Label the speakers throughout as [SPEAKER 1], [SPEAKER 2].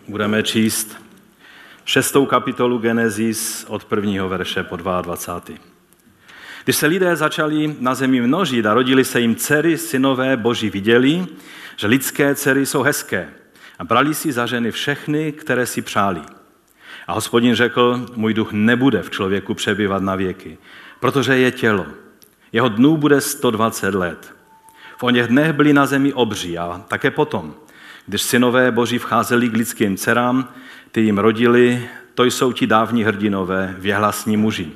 [SPEAKER 1] Budeme číst 6. kapitolu Genesis od 1. verše po 22. Když se lidé začali na zemi množit a rodili se jim dcery, synové Boží viděli, že lidské dcery jsou hezké a brali si za ženy všechny, které si přáli. A Hospodin řekl, můj duch nebude v člověku přebývat na věky, protože je tělo. Jeho dnů bude 120 let. V oněch dnech byli na zemi obří a také potom, když synové Boží vcházeli k lidským dcerám, ty jim rodili, to jsou ti dávní hrdinové, věhlasní muži.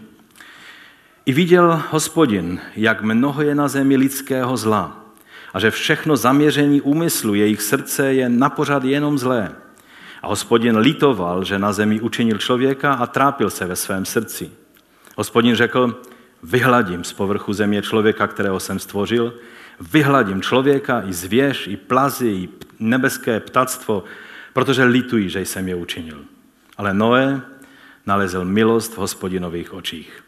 [SPEAKER 1] I viděl Hospodin, jak mnoho je na zemi lidského zla a že všechno zaměření úmyslu jejich srdce je napořad jenom zlé. A Hospodin litoval, že na zemi učinil člověka a trápil se ve svém srdci. Hospodin řekl, vyhladím z povrchu země člověka, kterého jsem stvořil, vyhladím člověka i zvěř, i plazy, i nebeské ptactvo, protože lituji, že jsem je učinil. Ale Noé nalezl milost v Hospodinových očích.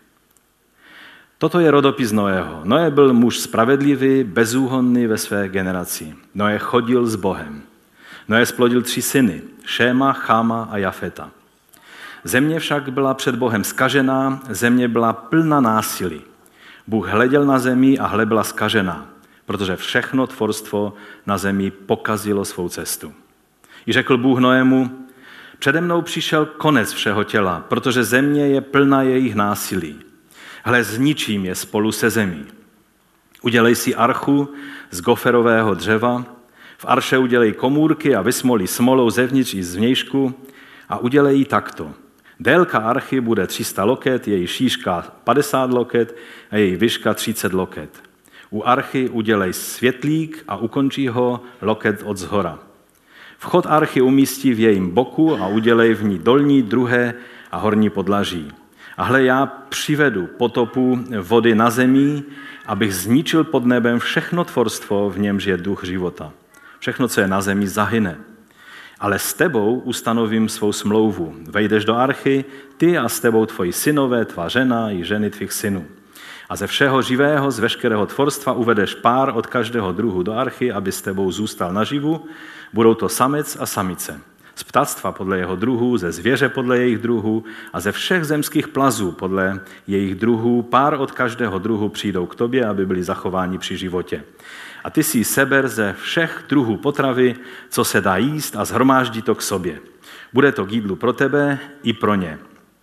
[SPEAKER 1] Toto je rodopis Noého. Noé byl muž spravedlivý, bezúhonný ve své generaci. Noé chodil s Bohem. Noé splodil 3 syny, Šéma, Cháma a Jafeta. Země však byla před Bohem zkažená, země byla plná násilí. Bůh hleděl na zemi a hle byla zkažená, protože všechno tvorstvo na zemi pokazilo svou cestu. I řekl Bůh Noému, přede mnou přišel konec všeho těla, protože země je plná jejich násilí. Hle, zničím je spolu se zemí. Udělej si archu z goferového dřeva, v arše udělej komůrky a vysmolí smolou zevnitř i zvnějšku a udělej ji takto. Délka archy bude 300 loket, její šířka 50 loket a její výška 30 loket. U archy udělej světlík a ukončí ho loket od zhora. Vchod archy umístí v jejím boku a udělej v ní dolní, druhé a horní podlaží. A hle, já přivedu potopu vody na zemi, abych zničil pod nebem všechno tvorstvo, v němž je duch života. Všechno, co je na zemi, zahyne. Ale s tebou ustanovím svou smlouvu. Vejdeš do archy, ty a s tebou tvoji synové, tvá žena i ženy tvých synů. A ze všeho živého, z veškerého tvorstva uvedeš pár od každého druhu do archy, aby s tebou zůstal naživu. Budou to samec a samice. Z ptactva podle jeho druhu, ze zvěře podle jejich druhů a ze všech zemských plazů podle jejich druhů, pár od každého druhu přijdou k tobě, aby byli zachováni při životě. A ty si seber ze všech druhů potravy, co se dá jíst a shromáždí to k sobě. Bude to k jídlu pro tebe i pro ně.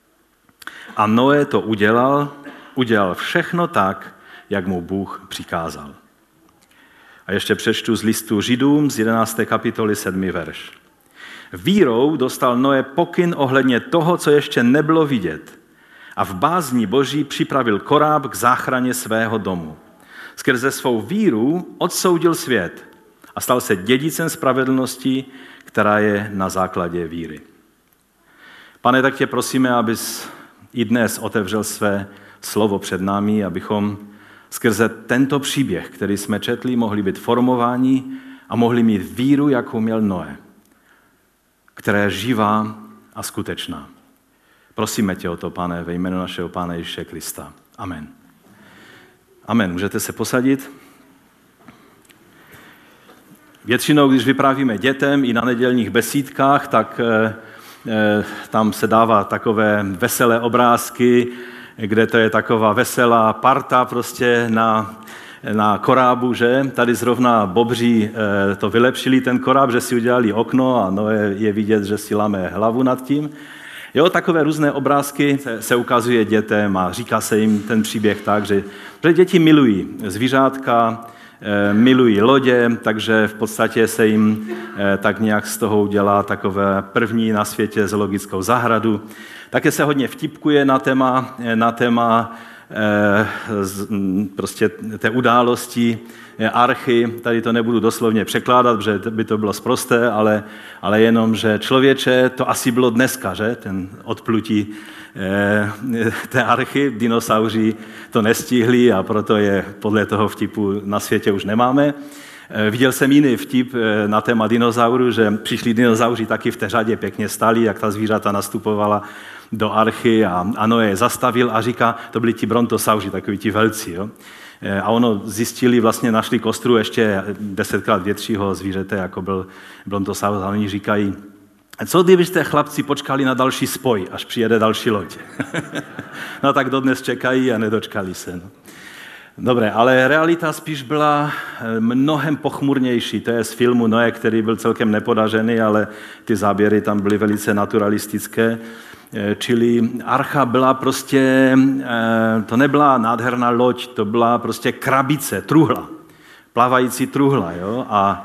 [SPEAKER 1] A Noé to udělal všechno tak, jak mu Bůh přikázal. A ještě přečtu z listu Židům z 11. kapitoly 7. verš. Vírou dostal Noé pokyn ohledně toho, co ještě nebylo vidět. A v bázni Boží připravil koráb k záchraně svého domu. Skrze svou víru odsoudil svět a stal se dědicem spravedlnosti, která je na základě víry. Pane, tak tě prosíme, abys i dnes otevřel své slovo před námi, abychom skrze tento příběh, který jsme četli, mohli být formováni a mohli mít víru, jakou měl Noé, která je živá a skutečná. Prosíme tě o to, Pane, ve jménu našeho Pána Ježíše Krista. Amen. Amen. Můžete se posadit? Většinou, když vyprávíme dětem i na nedělních besídkách, tak tam se dává takové veselé obrázky, kde to je taková veselá parta prostě na korábu, že? Tady zrovna bobří to vylepšili ten koráb, že si udělali okno a no je vidět, že si láme hlavu nad tím. Jo, takové různé obrázky se ukazuje dětem a říká se jim ten příběh tak, že děti milují zvířátka, milují lodě, takže v podstatě se jim tak nějak z toho udělá takové první na světě zoologickou zahradu. Také se hodně vtipkuje na téma prostě té události archy. Tady to nebudu doslovně překládat, protože by to bylo sprosté, ale jenom, že člověče, to asi bylo dneska, že? Ten odplutí té archy, dinosauři to nestihli a proto je podle toho vtipu na světě už nemáme. Viděl jsem jiný vtip na téma dinozaurů, že přišli dinosauři taky v té řadě pěkně stali, jak ta zvířata nastupovala do archy a Noé je zastavil a říká, to byli ti brontosauři, takoví ti velcí. Jo? A ono zjistili, vlastně našli kostru ještě 10krát většího zvířete, jako byl brontosaurus, a oni říkají, Co kdybyste chlapci počkali na další spoj, až přijede další loď? No tak dodnes čekají a nedočkali se. No. Dobré, ale realita spíš byla mnohem pochmurnější. To je z filmu Noé, který byl celkem nepodařený, ale ty záběry tam byly velice naturalistické. Čili archa byla prostě, to nebyla nádherná loď, to byla prostě krabice, truhla, plavající truhla. Jo?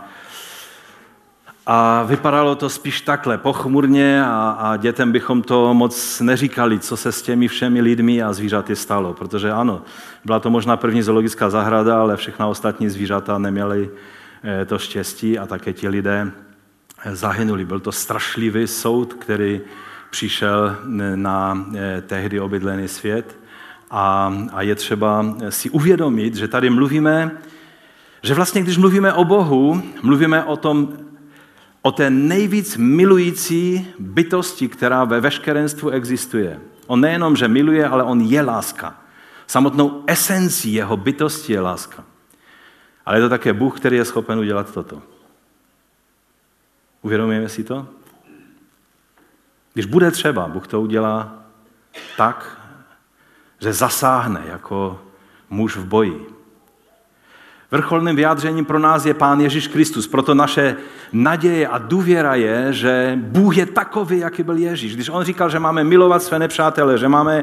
[SPEAKER 1] A vypadalo to spíš takhle, pochmurně a dětem bychom to moc neříkali, co se s těmi všemi lidmi a zvířaty stalo. Protože ano, byla to možná první zoologická zahrada, ale všechna ostatní zvířata neměly to štěstí a také ti lidé zahynuli. Byl to strašlivý soud, který přišel na tehdy obydlený svět a je třeba si uvědomit, že tady mluvíme, že vlastně když mluvíme o Bohu, mluvíme o té nejvíc milující bytosti, která ve veškerenstvu existuje. On nejenom, že miluje, ale on je láska. Samotnou esencí jeho bytosti je láska. Ale je to také Bůh, který je schopen udělat toto. Uvědomujeme si to? Když bude třeba, Bůh to udělá tak, že zasáhne jako muž v boji. Vrcholným vyjádřením pro nás je Pán Ježíš Kristus. Proto naše naděje a důvěra je, že Bůh je takový, jaký byl Ježíš. Když on říkal, že máme milovat své nepřátele, že máme,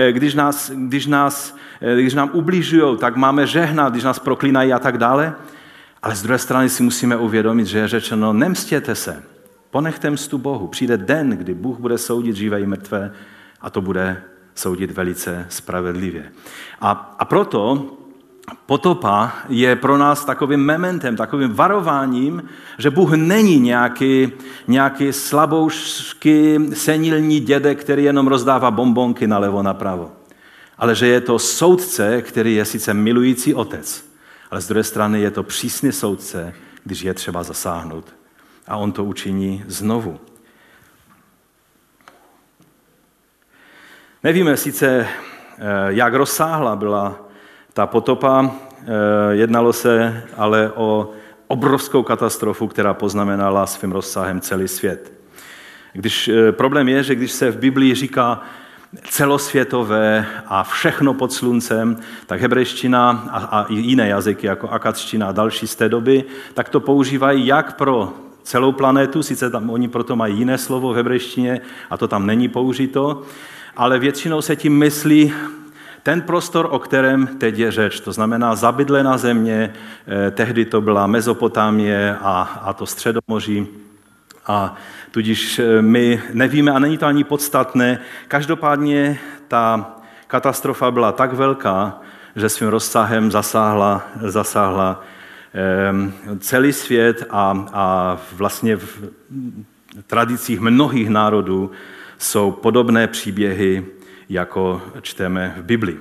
[SPEAKER 1] když nám ubližují, tak máme žehnat, když nás proklínají a tak dále. Ale z druhé strany si musíme uvědomit, že je řečeno, nemstěte se, ponechte mstu Bohu. Přijde den, kdy Bůh bude soudit živé i mrtvé a to bude soudit velice spravedlivě. A proto potopa je pro nás takovým mementem, takovým varováním, že Bůh není nějaký slaboušky, senilní dědek, který jenom rozdává bonbonky nalevo napravo. Ale že je to soudce, který je sice milující otec, ale z druhé strany je to přísný soudce, když je třeba zasáhnout. A on to učiní znovu. Nevíme sice, jak rozsáhlá byla ta potopa, jednalo se ale o obrovskou katastrofu, která poznamenala svým rozsahem celý svět. Problém je, že když se v Biblii říká celosvětové a všechno pod sluncem, tak hebrejština a i jiné jazyky, jako akadština a další z té doby, tak to používají jak pro celou planetu, sice tam oni proto mají jiné slovo v hebrejštině a to tam není použito, ale většinou se tím myslí ten prostor, o kterém teď je řeč, to znamená zabydlená země, tehdy to byla Mezopotámie a to Středomoří. A tudíž my nevíme, a není to ani podstatné, každopádně ta katastrofa byla tak velká, že svým rozsahem zasáhla celý svět a vlastně v tradicích mnohých národů jsou podobné příběhy, jako čteme v Biblii.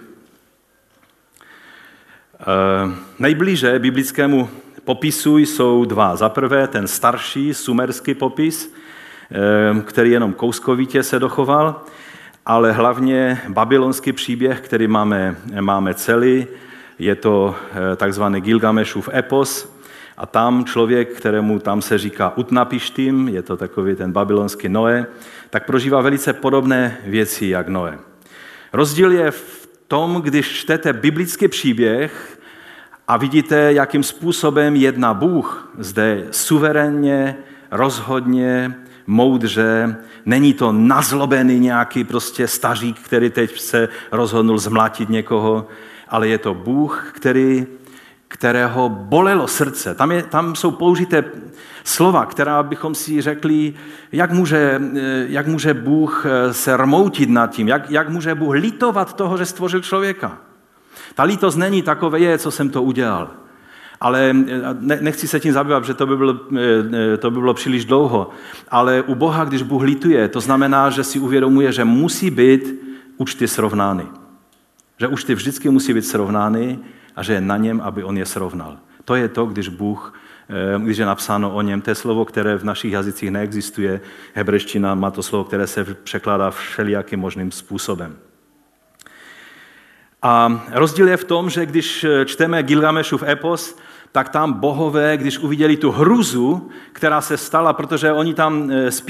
[SPEAKER 1] Nejblíže biblickému popisu jsou dva. Za prvé ten starší sumerský popis, který jenom kouskovitě se dochoval, ale hlavně babylonský příběh, který máme celý. Je to takzvaný Gilgamešův epos a tam člověk, kterému tam se říká Utnapištým, je to takový ten babylonský Noé, tak prožívá velice podobné věci jak Noé. Rozdíl je v tom, když čtete biblický příběh a vidíte, jakým způsobem jedná Bůh zde suverénně, rozhodně, moudře. Není to nazlobený nějaký prostě stařík, který teď se rozhodnul zmlátit někoho, ale je to Bůh, kterého bolelo srdce. Tam jsou použité slova, která bychom si řekli, jak může Bůh se rmoutit nad tím, jak může Bůh litovat toho, že stvořil člověka. Ta lítost není takové, co jsem to udělal. Ale nechci se tím zabývat, protože to by bylo příliš dlouho. Ale u Boha, když Bůh lituje, to znamená, že si uvědomuje, že musí být účty srovnány. Že účty vždycky musí být srovnány a že je na něm, aby on je srovnal. To je to, když je napsáno o něm. To je slovo, které v našich jazycích neexistuje. Hebrejština má to slovo, které se překládá všelijakým možným způsobem. A rozdíl je v tom, že když čteme Gilgamešův epos, tak tam bohové, když uviděli tu hruzu, která se stala, protože oni tam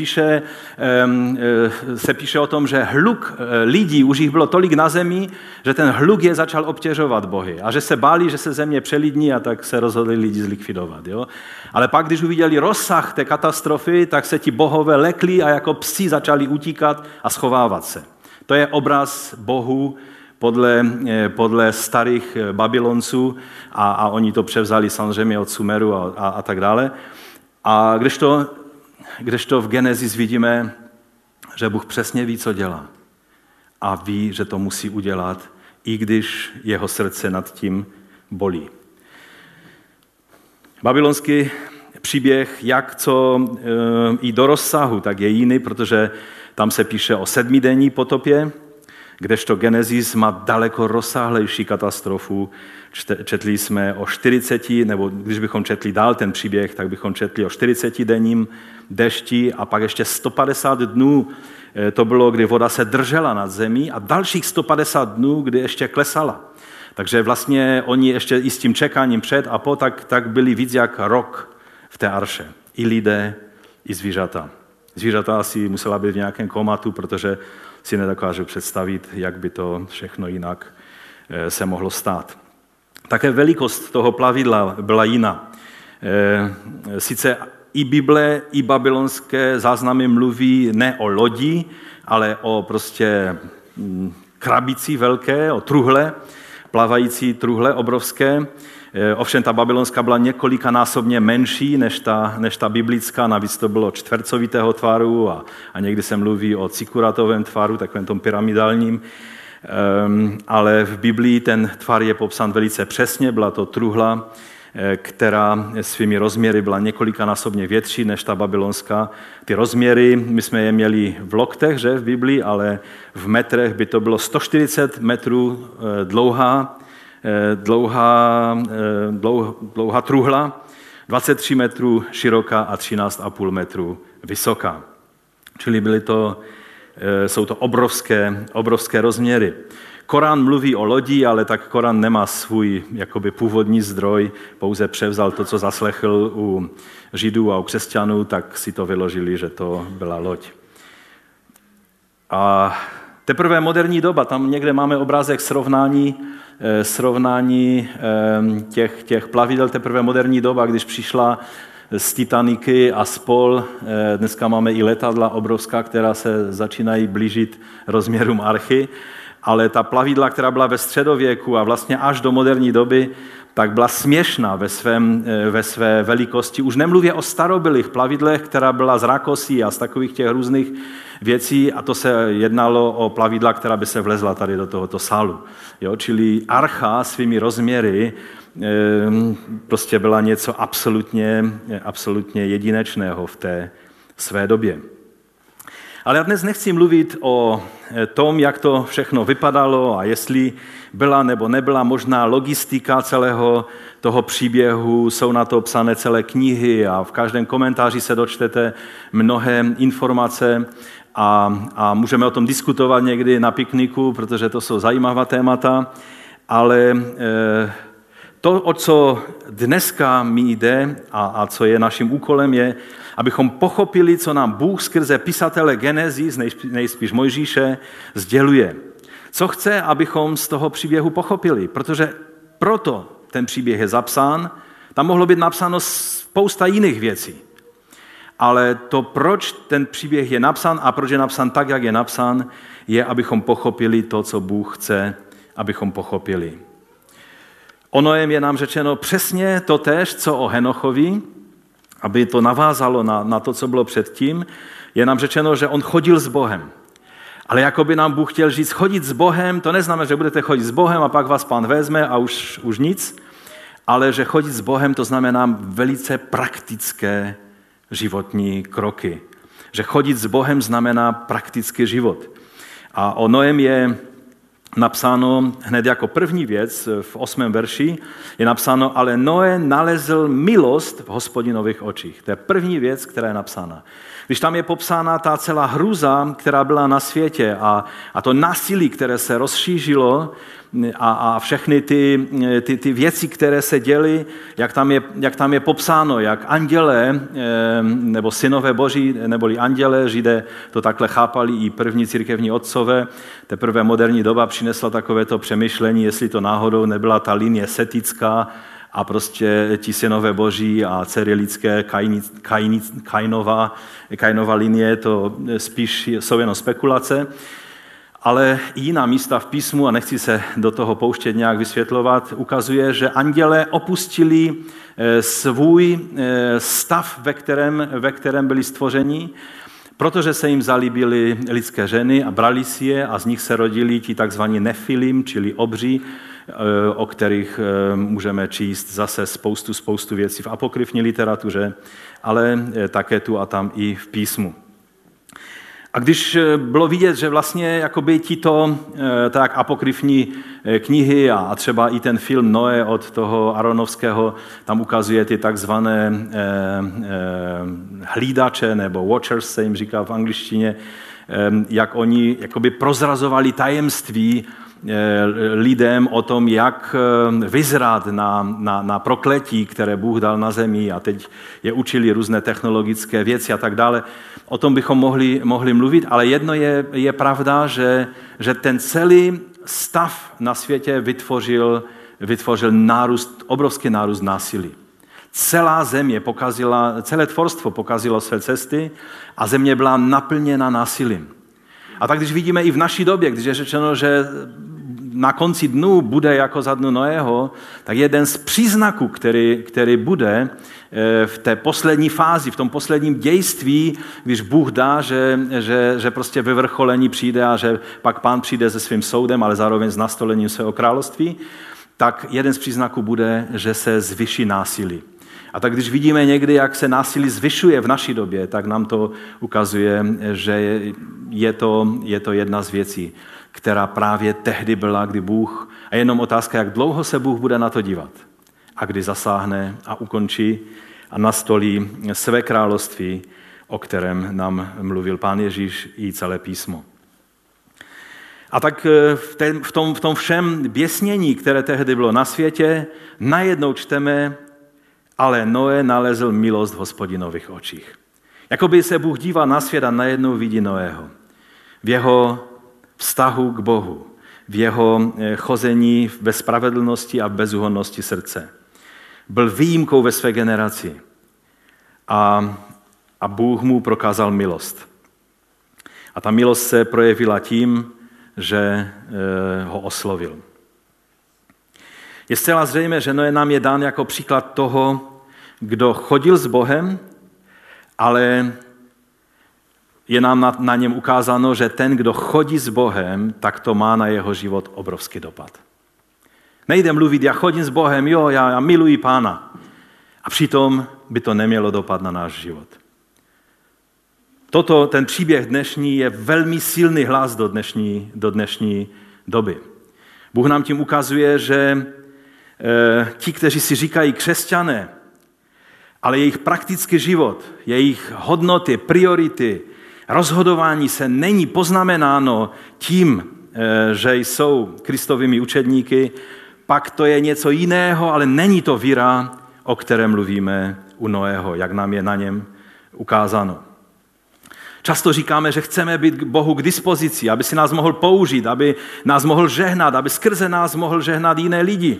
[SPEAKER 1] se píše o tom, že hluk lidí, už jich bylo tolik na zemi, že ten hluk je začal obtěžovat bohy a že se báli, že se země přelidní a tak se rozhodli lidi zlikvidovat. Jo? Ale pak, když uviděli rozsah té katastrofy, tak se ti bohové lekli a jako psi začali utíkat a schovávat se. To je obraz bohů podle starých Babylonců a oni to převzali samozřejmě od Sumeru a tak dále. A kdežto v Genesis vidíme, že Bůh přesně ví, co dělá. A ví, že to musí udělat, i když jeho srdce nad tím bolí. Babylonský příběh, jak co i do rozsahu, tak je jiný, protože tam se píše o 7denní potopě, kdežto Genesis má daleko rozsáhlejší katastrofu. Četli jsme o 40, nebo když bychom četli dál ten příběh, tak bychom četli o 40denním dešti a pak ještě 150 dnů to bylo, kdy voda se držela nad zemí a dalších 150 dnů, kdy ještě klesala. Takže vlastně oni ještě i s tím čekáním před a po, tak byli víc jak rok v té arše. I lidé, i zvířata. Zvířata asi musela být v nějakém komatu, protože si nedokážu představit, jak by to všechno jinak se mohlo stát. Také velikost toho plavidla byla jiná. Sice i Bible, i babylonské záznamy mluví ne o lodi, ale o prostě krabici velké, o truhle, plavající truhle obrovské. Ovšem ta babylonská byla několikanásobně menší než ta biblická, navíc to bylo čtvercovitého tvaru a někdy se mluví o cikuratovém tvaru, takovém tom pyramidálním. Ale v Biblii ten tvar je popsán velice přesně, byla to truhla, která svými rozměry byla několikanásobně větší než ta babylonská. Ty rozměry, my jsme je měli v loktech, že, v Biblii, ale v metrech by to bylo 140 metrů dlouhá truhla, 23 metrů široká a 13,5 metrů vysoká. Čili jsou to obrovské rozměry. Korán mluví o lodi, ale tak Korán nemá svůj jakoby původní zdroj, pouze převzal to, co zaslechl u Židů a u křesťanů, tak si to vyložili, že to byla loď. A teprve moderní doba, tam někde máme obrázek srovnání těch plavidel, teprve moderní doba, když přišla z Titaniky a spol. Dneska máme i letadla obrovská, která se začínají blížit rozměrům archy, ale ta plavidla, která byla ve středověku a vlastně až do moderní doby, tak byla směšná ve své velikosti. Už nemluvě o starobylých plavidlech, která byla z rakosí a z takových těch různých věcí, a to se jednalo o plavidla, která by se vlezla tady do tohoto sálu. Jo? Čili archa svými rozměry prostě byla něco absolutně jedinečného v té své době. Ale já dnes nechci mluvit o tom, jak to všechno vypadalo a jestli byla nebo nebyla možná logistika celého toho příběhu. Jsou na to psané celé knihy a v každém komentáři se dočtete mnohé informace a můžeme o tom diskutovat někdy na pikniku, protože to jsou zajímavá témata, ale to, o co dneska mi jde a co je naším úkolem, je, abychom pochopili, co nám Bůh skrze pisatele Genesis, nejspíš Mojžíše, sděluje. Co chce, abychom z toho příběhu pochopili, protože proto ten příběh je zapsán, tam mohlo být napsáno spousta jiných věcí. Ale to, proč ten příběh je napsán a proč je napsán tak, jak je napsán, je, abychom pochopili to, co Bůh chce, abychom pochopili. O Noém je nám řečeno přesně totéž, co o Henochovi, aby to navázalo na to, co bylo předtím. Je nám řečeno, že on chodil s Bohem. Ale jako by nám Bůh chtěl říct, chodit s Bohem, to neznamená, že budete chodit s Bohem a pak vás Pán vezme a už nic, ale že chodit s Bohem, to znamená velice praktické životní kroky. Že chodit s Bohem znamená praktický život. A o Noém je napsáno hned jako první věc v 8. verši, je napsáno, ale Noé nalezl milost v Hospodinových očích. To je první věc, která je napsána. Když tam je popsána ta celá hrůza, která byla na světě a to násilí, které se rozšířilo a všechny ty věci, které se děly, jak tam je popsáno, jak andělé nebo synové boží, neboli andělé, Židé to takhle chápali i první církevní otcové, teprve moderní doba přinesla takovéto přemýšlení, jestli to náhodou nebyla ta linie setická, a prostě ti synové boží a dcery lidské, Kainova linie, to spíš jsou jenom spekulace, ale i jiná místa v písmu, a nechci se do toho pouštět nějak vysvětlovat, ukazuje, že andělé opustili svůj stav, ve kterém byli stvořeni, protože se jim zalíbily lidské ženy a brali si je a z nich se rodili ti takzvaní nefilim, čili obři, o kterých můžeme číst zase spoustu věcí v apokryfní literatuře, ale také tu a tam i v písmu. A když bylo vidět, že vlastně jakoby tito tak apokryfní knihy a třeba i ten film Noé od toho Aronovského tam ukazuje ty takzvané hlídače nebo watchers se jim říká v angličtině, jak oni jakoby prozrazovali tajemství lidem o tom, jak vyzrát na prokletí, které Bůh dal na zemi a teď je učili různé technologické věci a tak dále. O tom bychom mohli mluvit, ale jedno je pravda, že ten celý stav na světě vytvořil obrovský nárůst násilí. Celá země celé tvorstvo pokazilo své cesty a země byla naplněna násilím. A tak když vidíme i v naší době, když je řečeno, že na konci dnů bude jako za dnu Noého, tak jeden z příznaků, který bude v té poslední fázi, v tom posledním dějství, když Bůh dá, že prostě vyvrcholení přijde a že pak Pán přijde se svým soudem, ale zároveň s nastolením svého království, tak jeden z příznaků bude, že se zvyší násilí. A tak když vidíme někdy, jak se násilí zvyšuje v naší době, tak nám to ukazuje, že je to jedna z věcí, která právě tehdy byla, kdy Bůh, a jenom otázka, jak dlouho se Bůh bude na to dívat, a kdy zasáhne a ukončí a nastolí své království, o kterém nám mluvil Pán Ježíš i celé písmo. A tak v tom všem běsnění, které tehdy bylo na světě, najednou čteme, ale Noé nalezl milost v Hospodinových očích. Jakoby se Bůh dívá na svět a najednou vidí Noého. V jeho vztahu k Bohu, v jeho chození ve spravedlnosti a bezúhonnosti srdce. Byl výjimkou ve své generaci a Bůh mu prokázal milost. A ta milost se projevila tím, že ho oslovil. Je zcela zřejmé, že Noé nám je dán jako příklad toho, kdo chodil s Bohem, ale je nám na něm ukázáno, že ten, kdo chodí s Bohem, tak to má na jeho život obrovský dopad. Nejde mluvit, já chodím s Bohem, jo, já miluji Pána. A přitom by to nemělo dopad na náš život. Ten příběh dnešní je velmi silný hlas do dnešní doby. Bůh nám tím ukazuje, že ti, kteří si říkají křesťané, ale jejich praktický život, jejich hodnoty, priority, rozhodování se není poznamenáno tím, že jsou Kristovými učedníky, pak to je něco jiného, ale není to víra, o které mluvíme u Noého, jak nám je na něm ukázáno. Často říkáme, že chceme být Bohu k dispozici, aby si nás mohl použít, aby nás mohl žehnat, aby skrze nás mohl žehnat jiné lidi.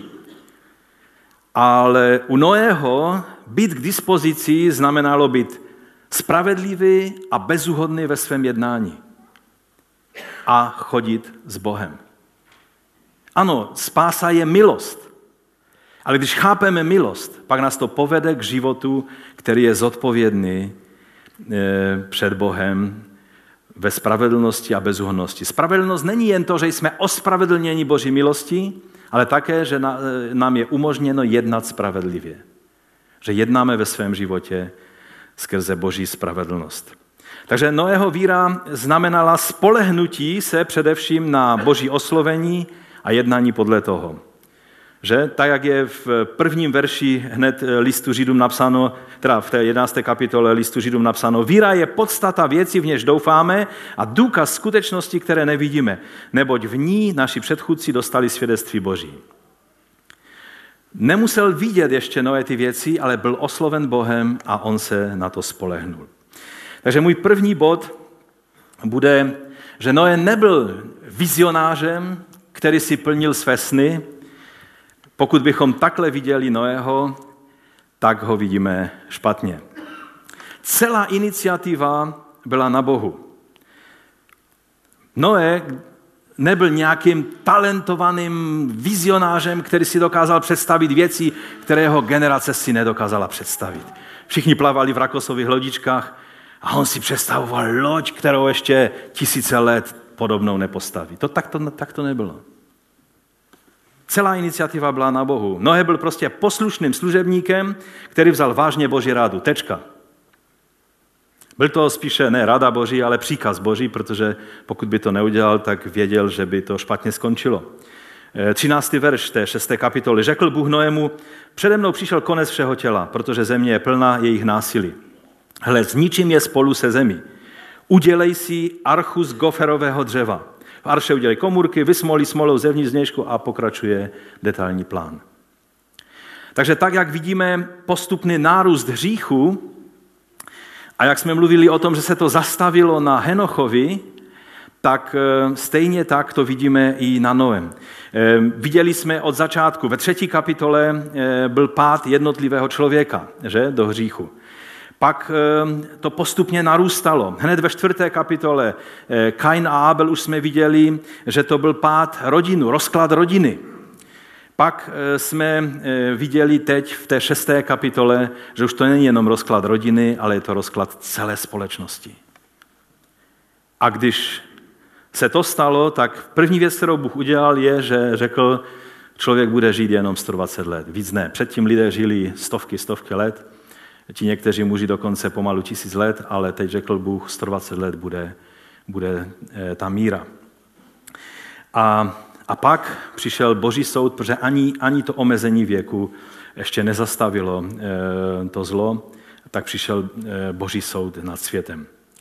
[SPEAKER 1] Ale u Noého být k dispozici znamenalo být spravedlivý a bezúhonný ve svém jednání a chodit s Bohem. Ano, spása je milost, ale když chápeme milost, pak nás to povede k životu, který je zodpovědný před Bohem ve spravedlnosti a bezúhonnosti. Spravedlnost není jen to, že jsme ospravedlněni Boží milostí, ale také, že nám je umožněno jednat spravedlivě. Že jednáme ve svém životě skrze Boží spravedlnost. Takže Noého víra znamenala spolehnutí se především na Boží oslovení a jednání podle toho. Že? Tak, jak je v prvním verši hned listu Židům napsáno, teda v té 11. kapitole listu Židům napsáno, víra je podstata věci, v něž doufáme a důkaz skutečnosti, které nevidíme, neboť v ní naši předchůdci dostali svědectví Boží. Nemusel vidět ještě Noé ty věci, ale byl osloven Bohem a on se na to spolehnul. Takže můj první bod bude, že Noé nebyl vizionářem, který si plnil své sny. Pokud bychom takhle viděli Noého, tak ho vidíme špatně. Celá iniciativa byla na Bohu. Noé nebyl nějakým talentovaným vizionářem, který si dokázal představit věci, které jeho generace si nedokázala představit. Všichni plavali v rakosových lodičkách a on si představoval loď, kterou ještě tisíce let podobnou nepostaví. Tak to nebylo. Celá iniciativa byla na Bohu. Noé byl prostě poslušným služebníkem, který vzal vážně Boží radu. Tečka. Byl to spíše ne rada Boží, ale příkaz Boží, protože pokud by to neudělal, tak věděl, že by to špatně skončilo. 13. verš té 6. kapitoly. Řekl Bůh Noému, přede mnou přišel konec všeho těla, protože země je plná jejich násilí. Hle, zničím je spolu se zemí. Udělej si archu z goferového dřeva. V arše udělej komůrky, vysmolí smolou zevnitř znějšku a pokračuje detailní plán. Takže tak, jak vidíme postupný nárůst hříchu, a jak jsme mluvili o tom, že se to zastavilo na Henochovi, tak stejně tak to vidíme i na Noem. Viděli jsme od začátku, ve 3. kapitole byl pád jednotlivého člověka, že, do hříchu. Pak to postupně narůstalo. Hned ve 4. kapitole Kain a Abel už jsme viděli, že to byl pád rodinu, rozklad rodiny. Pak jsme viděli teď v té 6. kapitole, že už to není jenom rozklad rodiny, ale je to rozklad celé společnosti. A když se to stalo, tak první věc, kterou Bůh udělal, je, že řekl, člověk bude žít jenom 120 let. Víc ne. Předtím lidé žili stovky let. Ti někteří muži dokonce pomalu 1000 let, ale teď řekl Bůh, 120 let bude ta míra. A pak přišel Boží soud, protože ani to omezení věku ještě nezastavilo to zlo, tak přišel Boží soud nad světem.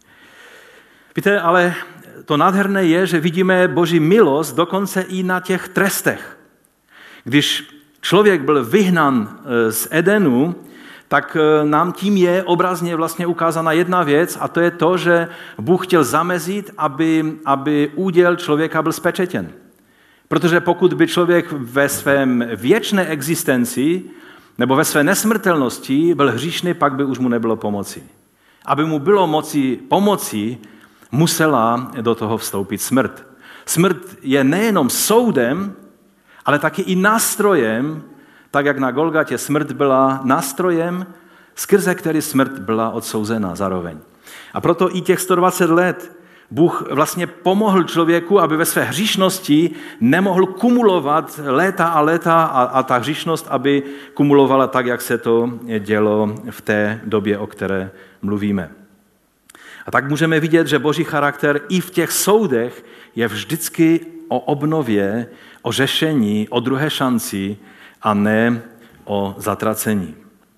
[SPEAKER 1] Víte, ale to nádherné je, že vidíme Boží milost dokonce i na těch trestech. Když člověk byl vyhnán z Edenu, tak nám tím je obrazně vlastně ukázána jedna věc a to je to, že Bůh chtěl zamezit, aby úděl člověka byl spečetěn. Protože pokud by člověk ve svém věčné existenci nebo ve své nesmrtelnosti byl hříšný, pak by už mu nebylo pomoci. Aby mu bylo moci pomoci, musela do toho vstoupit smrt. Smrt je nejenom soudem, ale taky i nástrojem, tak jak na Golgatě smrt byla nástrojem, skrze který smrt byla odsouzena zároveň. A proto i těch 120 let Bůh vlastně pomohl člověku, aby ve své hříšnosti nemohl kumulovat léta a léta a ta hříšnost, aby kumulovala tak, jak se to dělo v té době, o které mluvíme. A tak můžeme vidět, že Boží charakter i v těch soudech je vždycky o obnově, o řešení, o druhé šanci a ne o zatracení.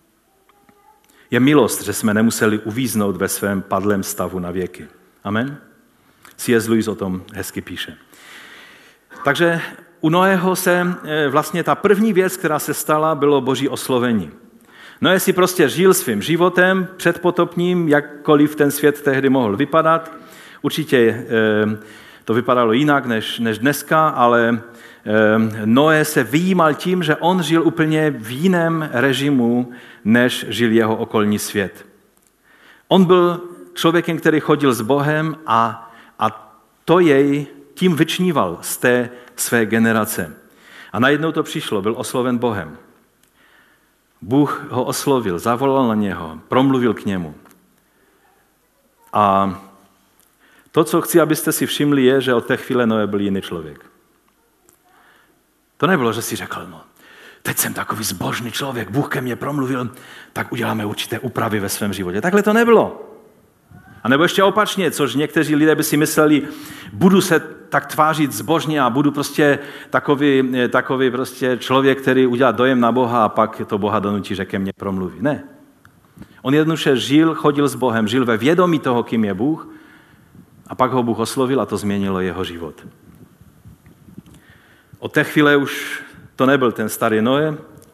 [SPEAKER 1] Je milost, že jsme nemuseli uvíznout ve svém padlém stavu na věky. Amen? C.S. Lewis o tom hezky píše. Takže u Noého se vlastně ta první věc, která se stala, bylo Boží oslovení. Noé si prostě žil svým životem předpotopním, jakkoliv ten svět tehdy mohl vypadat. Určitě to vypadalo jinak než dneska, ale Noé se vyjímal tím, že on žil úplně v jiném režimu, než žil jeho okolní svět. On byl člověkem, který chodil s Bohem a to jej tím vyčníval z té své generace. A najednou to přišlo, byl osloven Bohem. Bůh ho oslovil, zavolal na něho, promluvil k němu. A to, co chci, abyste si všimli, je, že od té chvíle Noé byl jiný člověk. To nebylo, že si řekl, no, teď jsem takový zbožný člověk, Bůh ke mně promluvil, tak uděláme určité úpravy ve svém životě. Takhle to nebylo. A nebo ještě opačně, což někteří lidé by si mysleli, budu se tak tvářit zbožně a budu prostě takový prostě člověk, který udělá dojem na Boha a pak to Boha donutí, že ke mně promluví. Ne. On jednoduše žil, chodil s Bohem, žil ve vědomí toho, kým je Bůh a pak ho Bůh oslovil a to změnilo jeho život. Od té chvíle už to nebyl ten starý Noé,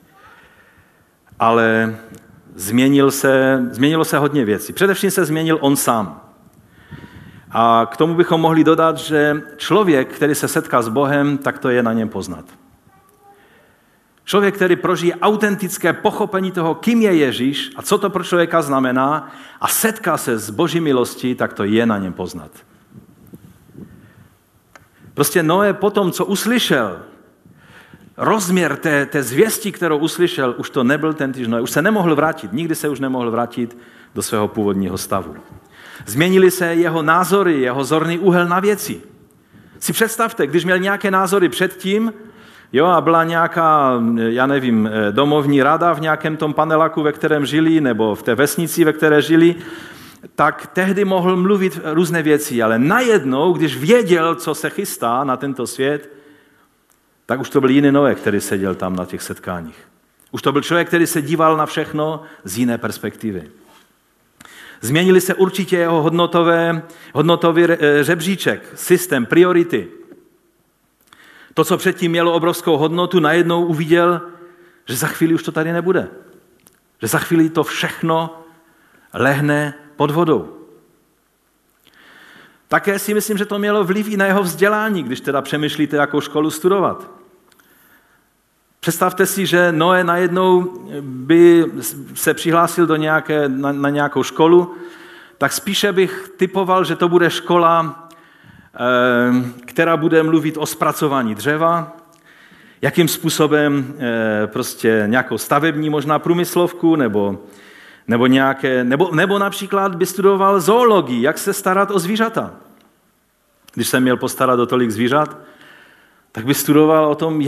[SPEAKER 1] ale změnilo se hodně věcí. Především se změnil on sám. A k tomu bychom mohli dodat, že člověk, který se setká s Bohem, tak to je na něm poznat. Člověk, který prožije autentické pochopení toho, kým je Ježíš a co to pro člověka znamená a setká se s Boží milostí, tak to je na něm poznat. Prostě Noé po tom, co uslyšel, rozměr té zvěsti, kterou uslyšel, už to nebyl tentýž Noé, už se nemohl vrátit, nikdy se už nemohl vrátit do svého původního stavu. Změnily se jeho názory, jeho zorný úhel na věci. Si představte, když měl nějaké názory předtím, a byla nějaká, domovní rada v nějakém tom paneláku, ve kterém žili, nebo v té vesnici, ve které žili, tak tehdy mohl mluvit různé věci, ale najednou, když věděl, co se chystá na tento svět, tak už to byl jiný Noé, který seděl tam na těch setkáních. Už to byl člověk, který se díval na všechno z jiné perspektivy. Změnili se určitě jeho hodnotový žebříček, systém, priority. To, co předtím mělo obrovskou hodnotu, najednou uviděl, že za chvíli už to tady nebude. Že za chvíli to všechno lehne pod vodou. Také si myslím, že to mělo vliv i na jeho vzdělání, když teda přemýšlíte, jakou školu studovat. Představte si, že Noé najednou by se přihlásil na nějakou školu, tak spíše bych typoval, že to bude škola, která bude mluvit o zpracování dřeva, jakým způsobem prostě nějakou stavební možná průmyslovku, nebo například by studoval zoologii, jak se starat o zvířata. Když jsem měl postarat o tolik zvířat, tak by studoval o tom,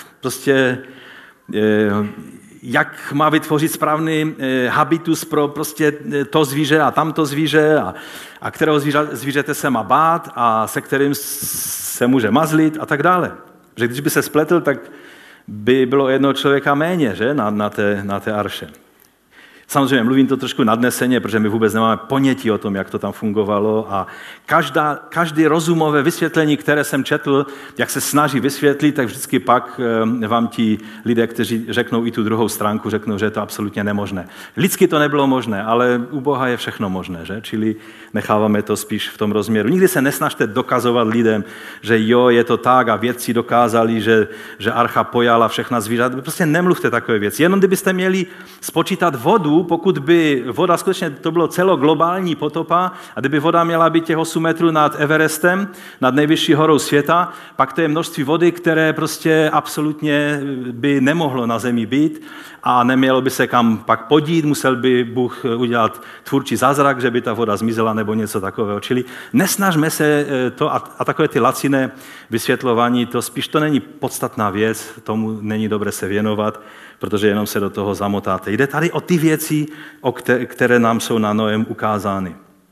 [SPEAKER 1] jak má vytvořit správný habitus pro prostě to zvíře a tamto zvíře a kterého zvířete se má bát a se kterým se může mazlit a tak dále. Že když by se spletl, tak by bylo jednoho člověka méně, že? Na té arše. Samozřejmě mluvím to trošku nadneseně, protože my vůbec nemáme ponětí o tom, jak to tam fungovalo a každé rozumové vysvětlení, které jsem četl, jak se snaží vysvětlit, tak vždycky pak vám ti lidé, kteří řeknou i tu druhou stránku, řeknou, že je to absolutně nemožné. Lidsky to nebylo možné, ale u Boha je všechno možné, že? Čili necháváme to spíš v tom rozměru. Nikdy se nesnažte dokazovat lidem, že je to tak a vědci dokázali, že archa pojala všechna zvířata. Prostě nemluvte takové věci. Jenom kdybyste měli spočítat vodu, pokud by voda skutečně to bylo celoglobální potopa a kdyby voda měla být těch 8 metrů nad Everestem, nad nejvyšší horou světa, pak to je množství vody, které prostě absolutně by nemohlo na zemi být a nemělo by se kam pak podít, musel by Bůh udělat tvůrčí zázrak, že by ta voda zmizela nebo něco takového. Čili nesnažme se to a takové ty laciné vysvětlování, to spíš to není podstatná věc, tomu není dobré se věnovat, protože jenom se do toho zamotáte. Jde tady o ty věci, které nám jsou na Noém ukázány.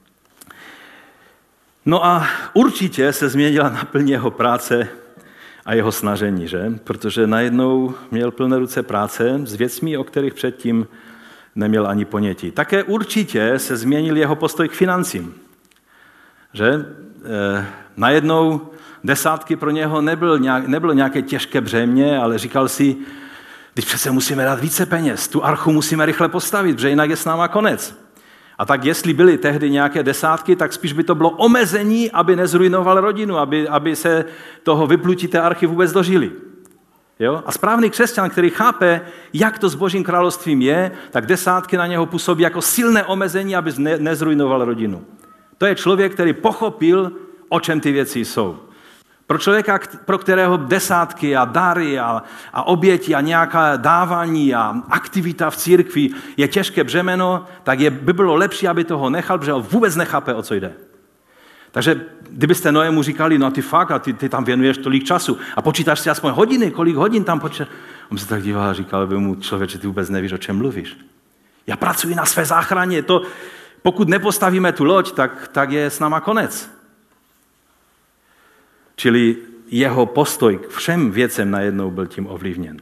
[SPEAKER 1] No a určitě se změnila naplň jeho práce a jeho snažení, že? Protože najednou měl plné ruce práce s věcmi, o kterých předtím neměl ani ponětí. Také určitě se změnil jeho postoj k financím, že? Najednou desátky pro něho nebylo nějaké těžké břemě, ale říkal si, když přece musíme dát více peněz, tu archu musíme rychle postavit, protože jinak je s náma konec. A tak jestli byly tehdy nějaké desátky, tak spíš by to bylo omezení, aby nezrujnoval rodinu, aby se toho vyplutí té archy vůbec dožili. Jo? A správný křesťan, který chápe, jak to s Božím královstvím je, tak desátky na něho působí jako silné omezení, aby nezrujnoval rodinu. To je člověk, který pochopil, o čem ty věci jsou. Pro člověka, pro kterého desátky a dary a oběti a nějaká dávání a aktivita v církvi je těžké břemeno, tak by bylo lepší, aby toho nechal, protože on vůbec nechápe, o co jde. Takže kdybyste Noému říkali, no ty fakt, a ty tam věnuješ tolik času a počítáš si aspoň hodiny, kolik hodin tam počítáš. On se tak díval a říkal by mu, člověče, ty vůbec nevíš, o čem mluvíš. Já pracuji na své záchraně, Pokud nepostavíme tu loď, tak je s náma konec. Čili jeho postoj k všem věcem najednou byl tím ovlivněn.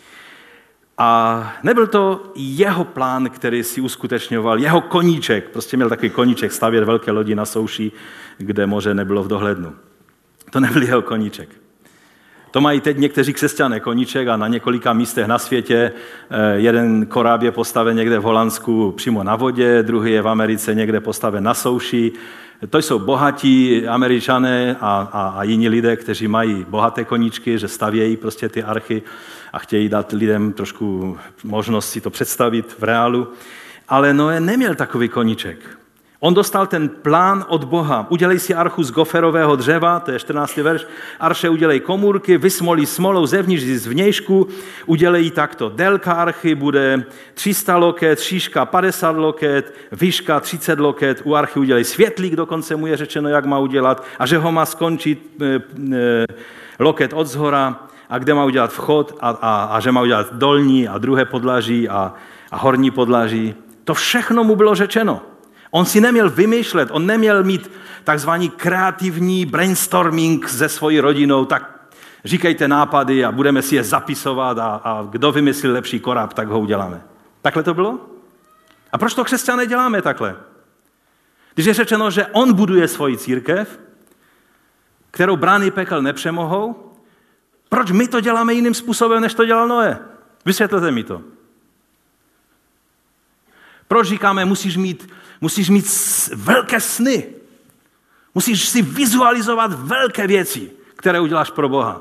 [SPEAKER 1] A nebyl to jeho plán, který si uskutečňoval, jeho koníček, prostě měl takový koníček stavět velké lodi na souši, kde moře nebylo v dohlednu. To nebyl jeho koníček. To mají teď někteří křesťané koníček a na několika místech na světě. Jeden koráb je postaven někde v Holandsku přímo na vodě, druhý je v Americe někde postaven na souši. To jsou bohatí Američané a jiní lidé, kteří mají bohaté koníčky, že stavějí prostě ty archy a chtějí dát lidem trošku možnost si to představit v reálu. Ale Noé neměl takový koníček. On dostal ten plán od Boha. Udělej si archu z goferového dřeva, to je 14. verš. Arše udělej komůrky, vysmolí smolou zevnitř i zvnějšku, udělej ji takto. Délka archy bude 300 loket, šířka 50 loket, výška 30 loket. U archy udělej světlík, dokonce mu je řečeno, jak má udělat, a že ho má skončit loket od zhora, a kde má udělat vchod a že má udělat dolní a druhé podlaží a horní podlaží. To všechno mu bylo řečeno. On si neměl vymýšlet, on neměl mít takzvaný kreativní brainstorming se svojí rodinou, tak říkejte nápady a budeme si je zapisovat a kdo vymyslí lepší koráb, tak ho uděláme. Takhle to bylo? A proč to křesťané děláme takhle? Když je řečeno, že on buduje svoji církev, kterou brány pekel nepřemohou, proč my to děláme jiným způsobem, než to dělal Noé? Vysvětlete mi to. Proč říkáme, musíš mít velké sny. Musíš si vizualizovat velké věci, které uděláš pro Boha.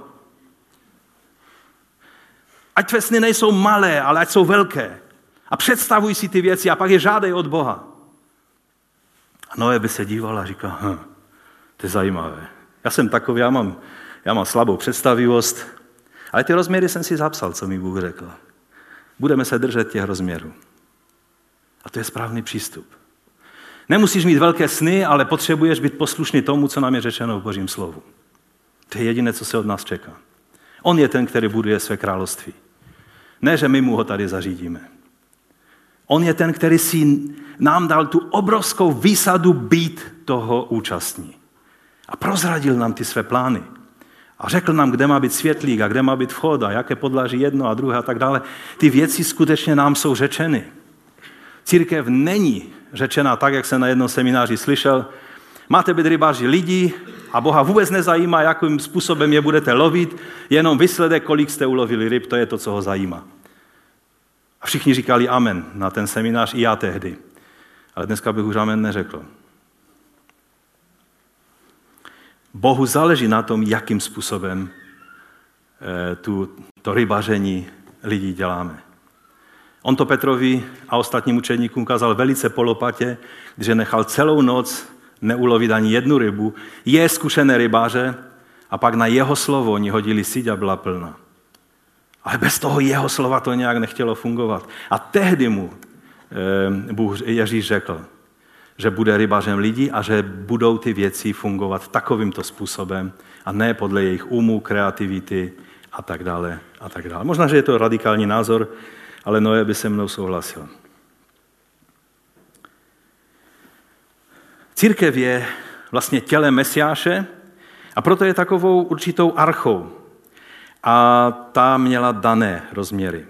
[SPEAKER 1] Ať tvé sny nejsou malé, ale ať jsou velké. A představuj si ty věci a pak je žádej od Boha. A Noé by se díval a říkal, to je zajímavé. Já jsem takový, já mám slabou představivost, ale ty rozměry jsem si zapsal, co mi Bůh řekl. Budeme se držet těch rozměrů. A to je správný přístup. Nemusíš mít velké sny, ale potřebuješ být poslušný tomu, co nám je řečeno v Božím slovu. To je jediné, co se od nás čeká. On je ten, který buduje své království. Ne, že my mu ho tady zařídíme. On je ten, který si nám dal tu obrovskou výsadu být toho účastní. A prozradil nám ty své plány. A řekl nám, kde má být světlík a kde má být vchod a jaké podlaží jedno a druhé a tak dále. Ty věci skutečně nám jsou řečeny. Církev není řečena tak, jak jsem na jednom semináři slyšel. Máte být rybáři lidí a Boha vůbec nezajímá, jakým způsobem je budete lovit, jenom výsledek, kolik jste ulovili ryb, to je to, co ho zajímá. A všichni říkali amen na ten seminář, i já tehdy. Ale dneska bych už amen neřekl. Bohu záleží na tom, jakým způsobem to rybaření lidí děláme. On to Petrovi a ostatním učedníkům ukázal velice po lopatě, když nechal celou noc neulovit ani jednu rybu, je zkušené rybáře a pak na jeho slovo oni hodili síť a byla plná. Ale bez toho jeho slova to nějak nechtělo fungovat. A tehdy mu Ježíš řekl, že bude rybářem lidí a že budou ty věci fungovat takovýmto způsobem a ne podle jejich umů, kreativity a tak dále a tak dále. Možná, že je to radikální názor, ale Noé by se mnou souhlasil. Církev je vlastně tělem Mesiáše a proto je takovou určitou archou. A ta měla dané rozměry.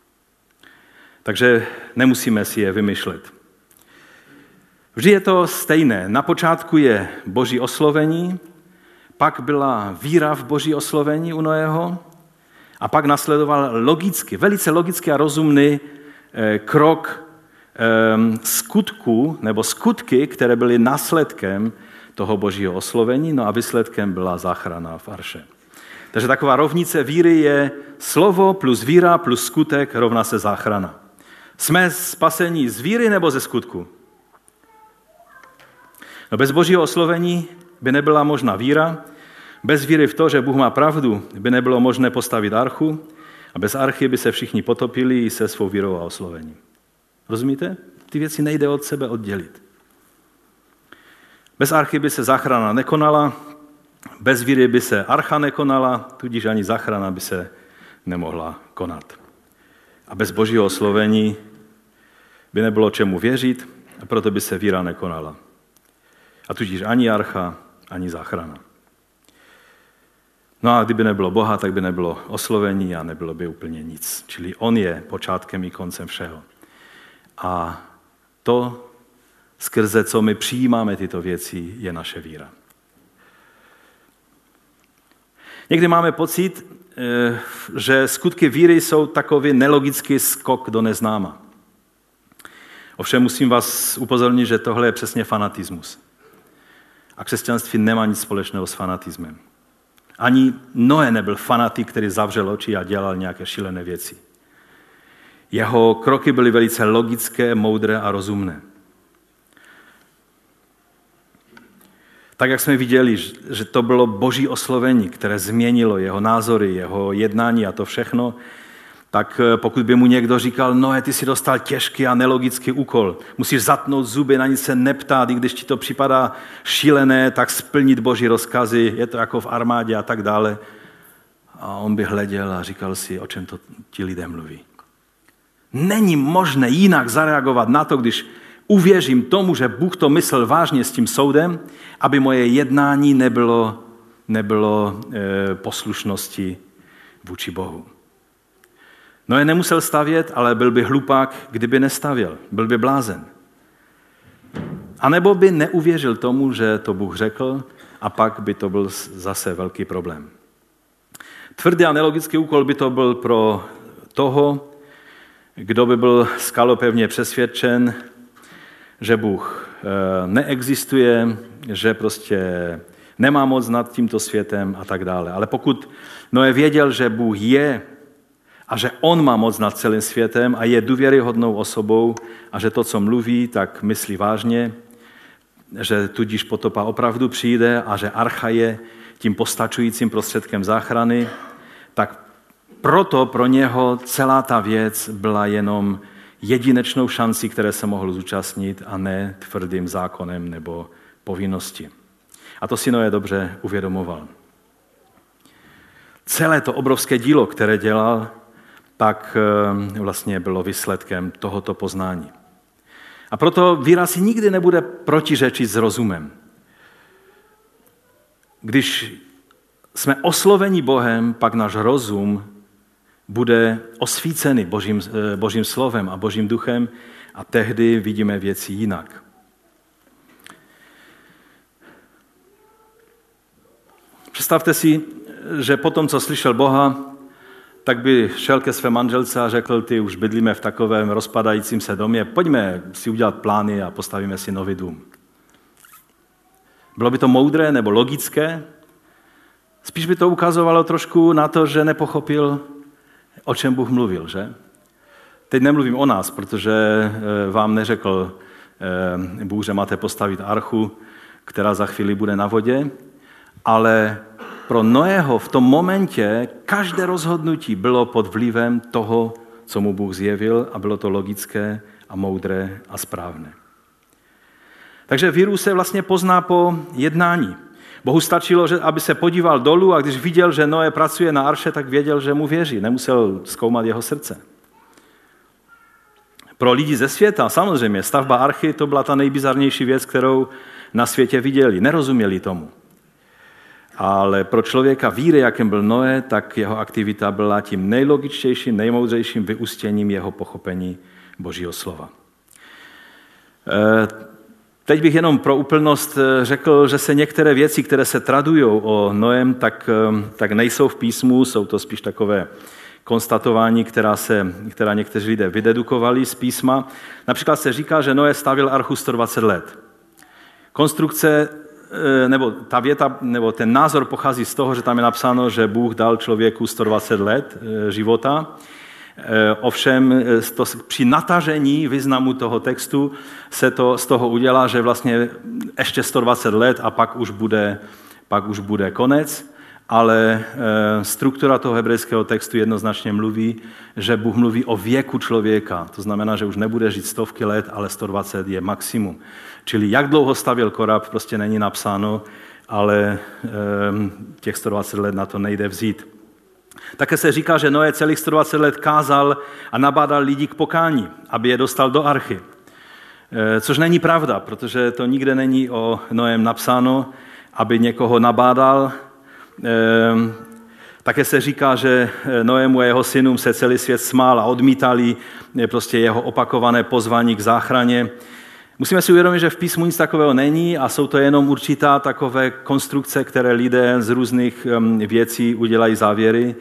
[SPEAKER 1] Takže nemusíme si je vymýšlet. Vždy je to stejné. Na počátku je Boží oslovení, pak byla víra v Boží oslovení u Noého a pak nasledoval velice logický a rozumný krok skutku, nebo skutky, které byly následkem toho Božího oslovení, no a výsledkem byla záchrana v arše. Takže taková rovnice víry je slovo plus víra plus skutek rovná se záchrana. Jsme spaseni z víry nebo ze skutku? No bez Božího oslovení by nebyla možná víra, bez víry v to, že Bůh má pravdu, by nebylo možné postavit archu a bez archy by se všichni potopili se svou vírou a oslovením. Rozumíte? Ty věci nejde od sebe oddělit. Bez archy by se záchrana nekonala, bez víry by se archa nekonala, tudíž ani záchrana by se nemohla konat. A bez Božího oslovení by nebylo čemu věřit a proto by se víra nekonala. A tudíž ani archa, ani záchrana. No a kdyby nebylo Boha, tak by nebylo oslovení a nebylo by úplně nic. Čili on je počátkem i koncem všeho. A to, skrze co my přijímáme tyto věci, je naše víra. Někdy máme pocit, že skutky víry jsou takový nelogický skok do neznáma. Ovšem musím vás upozornit, že tohle je přesně fanatismus. A křesťanství nemá nic společného s fanatismem. Ani Noé nebyl fanatik, který zavřel oči a dělal nějaké šílené věci. Jeho kroky byly velice logické, moudré a rozumné. Tak, jak jsme viděli, že to bylo boží oslovení, které změnilo jeho názory, jeho jednání a to všechno, tak pokud by mu někdo říkal, Noé, ty si dostal těžký a nelogický úkol, musíš zatnout zuby, na nic se neptát, i když ti to připadá šílené, tak splnit boží rozkazy, je to jako v armádě a tak dále. A on by hleděl a říkal si, o čem to ti lidé mluví. Není možné jinak zareagovat na to, když uvěřím tomu, že Bůh to myslel vážně s tím soudem, aby moje jednání nebylo poslušnosti vůči Bohu. Noé nemusel stavět, ale byl by hlupák, kdyby nestavěl. Byl by blázen. A nebo by neuvěřil tomu, že to Bůh řekl, a pak by to byl zase velký problém. Tvrdý a nelogický úkol by to byl pro toho, kdo by byl skalopevně přesvědčen, že Bůh neexistuje, že prostě nemá moc nad tímto světem a tak dále. Ale pokud Noé věděl, že Bůh je a že on má moc nad celým světem a je důvěryhodnou osobou a že to, co mluví, tak myslí vážně, že tudíž potopa opravdu přijde a že archa je tím postačujícím prostředkem záchrany, tak proto pro něho celá ta věc byla jenom jedinečnou šancí, které se mohl zúčastnit a ne tvrdým zákonem nebo povinností. A to si Noé dobře uvědomoval. Celé to obrovské dílo, které dělal, tak vlastně bylo výsledkem tohoto poznání. A proto víra si nikdy nebude protiřečit s rozumem. Když jsme osloveni Bohem, pak náš rozum bude osvícený Božím slovem a Božím duchem a tehdy vidíme věci jinak. Představte si, že potom, co slyšel Boha, tak by šel ke své manželce a řekl, ty už bydlíme v takovém rozpadajícím se domě, pojďme si udělat plány a postavíme si nový dům. Bylo by to moudré nebo logické? Spíš by to ukazovalo trošku na to, že nepochopil, o čem Bůh mluvil, že? Teď nemluvím o nás, protože vám neřekl Bůh, že máte postavit archu, která za chvíli bude na vodě, ale pro Noého v tom momentě každé rozhodnutí bylo pod vlivem toho, co mu Bůh zjevil a bylo to logické a moudré a správné. Takže víru se vlastně pozná po jednání. Bohu stačilo, aby se podíval dolů a když viděl, že Noé pracuje na arše, tak věděl, že mu věří. Nemusel zkoumat jeho srdce. Pro lidi ze světa samozřejmě stavba archy to byla ta nejbizarnější věc, kterou na světě viděli. Nerozuměli tomu. Ale pro člověka víry, jakým byl Noé, tak jeho aktivita byla tím nejlogičtějším, nejmoudřejším vyústěním jeho pochopení Božího slova. Teď bych jenom pro úplnost řekl, že se některé věci, které se tradují o Noém, tak nejsou v písmu, jsou to spíš takové konstatování, která někteří lidé vydedukovali z písma. Například se říká, že Noé stavěl archu 120 let. Konstrukce nebo ta věta, nebo ten názor pochází z toho, že tam je napsáno, že Bůh dal člověku 120 let života. Ovšem při natažení významu toho textu se to z toho udělá, že vlastně ještě 120 let a pak už bude konec, ale struktura toho hebrejského textu jednoznačně mluví, že Bůh mluví o věku člověka. To znamená, že už nebude žít stovky let, ale 120 je maximum. Čili jak dlouho stavěl korab, prostě není napsáno, ale těch 120 let na to nejde vzít. Také se říká, že Noé celých 120 let kázal a nabádal lidi k pokání, aby je dostal do archy. Což není pravda, protože to nikde není o Noém napsáno, aby někoho nabádal. Také se říká, že Noému a jeho synům se celý svět smál a odmítali prostě jeho opakované pozvání k záchraně. Musíme si uvědomit, že v písmu nic takového není a jsou to jenom určitá takové konstrukce, které lidé z různých věcí udělají závěry.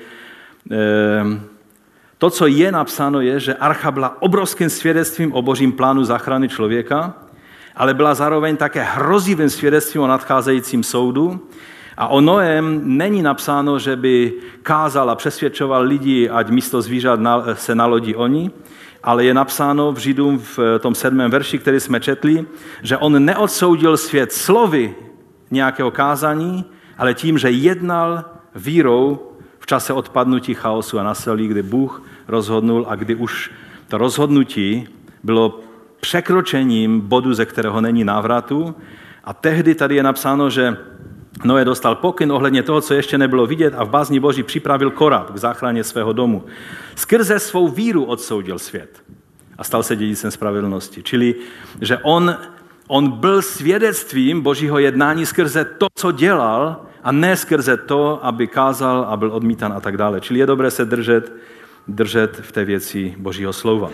[SPEAKER 1] To, co je napsáno, je, že archa byla obrovským svědectvím o božím plánu záchrany člověka, ale byla zároveň také hrozivým svědectvím o nadcházejícím soudu. A o Noém není napsáno, že by kázal a přesvědčoval lidi, ať místo zvířat se nalodí oni, ale je napsáno v Židům v tom 7. verši, který jsme četli, že on neodsoudil svět slovy nějakého kázání, ale tím, že jednal vírou v čase odpadnutí chaosu a násilí, kdy Bůh rozhodnul a kdy už to rozhodnutí bylo překročením bodu, ze kterého není návratu. A tehdy tady je napsáno, že Noé dostal pokyn ohledně toho, co ještě nebylo vidět a v bázni Boží připravil korát k záchraně svého domu. Skrze svou víru odsoudil svět a stal se dědicem spravedlnosti. Čili, že on byl svědectvím Božího jednání skrze to, co dělal, a ne skrze to, aby kázal a byl odmítan a tak dále. Čili je dobré se držet v té věci Božího slova.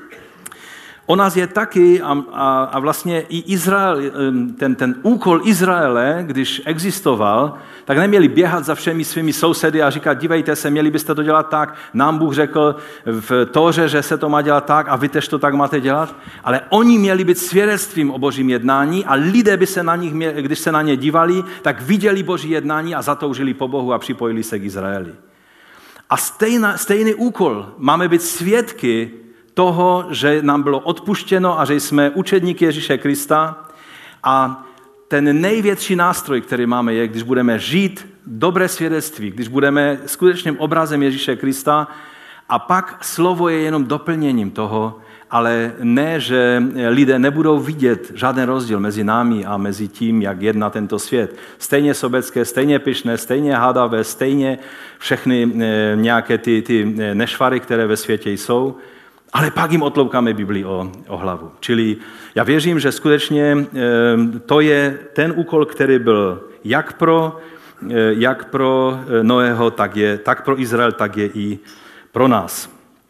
[SPEAKER 1] O nás je taky a vlastně i Izrael, ten úkol Izraele, když existoval, tak neměli běhat za všemi svými sousedy a říkat, dívejte se, měli byste to dělat tak, nám Bůh řekl v Tóře, že se to má dělat tak a vy tež to tak máte dělat, ale oni měli být svědectvím o božím jednání a lidé by se na nich, když se na ně dívali, tak viděli boží jednání a zatoužili po Bohu a připojili se k Izraeli. A stejný úkol, máme být svědky toho, že nám bylo odpuštěno a že jsme učedníky Ježíše Krista. A ten největší nástroj, který máme, je, když budeme žít dobré svědectví, když budeme skutečným obrazem Ježíše Krista a pak slovo je jenom doplněním toho, ale ne, že lidé nebudou vidět žádný rozdíl mezi námi a mezi tím, jak jedná tento svět. Stejně sobecké, stejně pyšné, stejně hádavé, stejně všechny nějaké ty nešvary, které ve světě jsou, ale pak jim otloukáme Biblii o hlavu. Čili já věřím, že skutečně to je ten úkol, který byl jak pro Noého, tak pro Izrael, tak je i pro nás.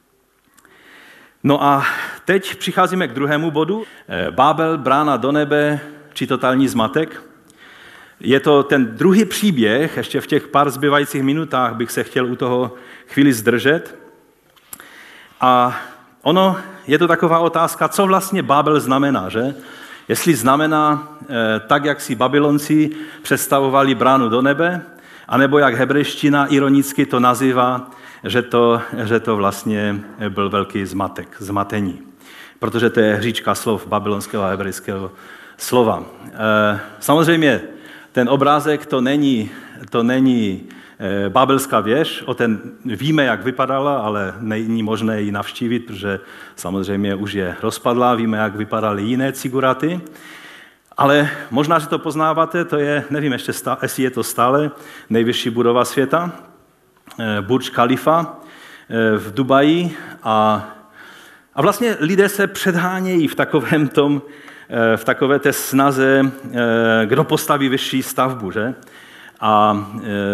[SPEAKER 1] No a teď přicházíme k druhému bodu. Bábel, brána do nebe, či totální zmatek. Je to ten druhý příběh, ještě v těch pár zbývajících minutách bych se chtěl u toho chvíli zdržet. A je to taková otázka, co vlastně Bábel znamená, že? Jestli znamená tak, jak si Babylonci představovali bránu do nebe, anebo jak hebrejština ironicky to nazývá, že to vlastně byl velký zmatení. Protože to je hříčka slov babylonského a hebrejského slova. Samozřejmě ten obrázek to není Babelská věž, o ten víme, jak vypadala, ale není možné ji navštívit, protože samozřejmě už je rozpadlá, víme, jak vypadaly jiné ciguraty. Ale možná, že to poznáváte, to je, nevím ještě, jestli je to stále nejvyšší budova světa, Burj Khalifa v Dubaji. A vlastně lidé se předhánějí v takové té snaze, kdo postaví vyšší stavbu, že? A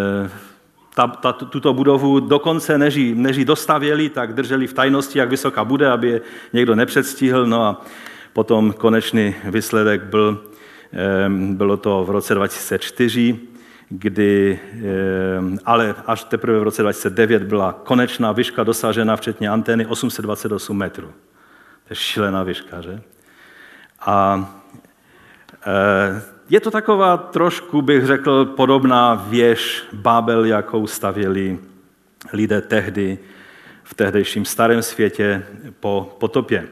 [SPEAKER 1] tuto budovu dokonce, než ji dostavěli, tak drželi v tajnosti, jak vysoká bude, aby je někdo nepředstihl. No a potom konečný výsledek bylo to v roce 2004, ale až teprve v roce 2009 byla konečná výška dosažena, včetně antény, 828 metrů. To je šílená výška, že? A je to taková trošku, bych řekl, podobná věž Babel, jakou stavěli lidé tehdy v tehdejším starém světě po potopě.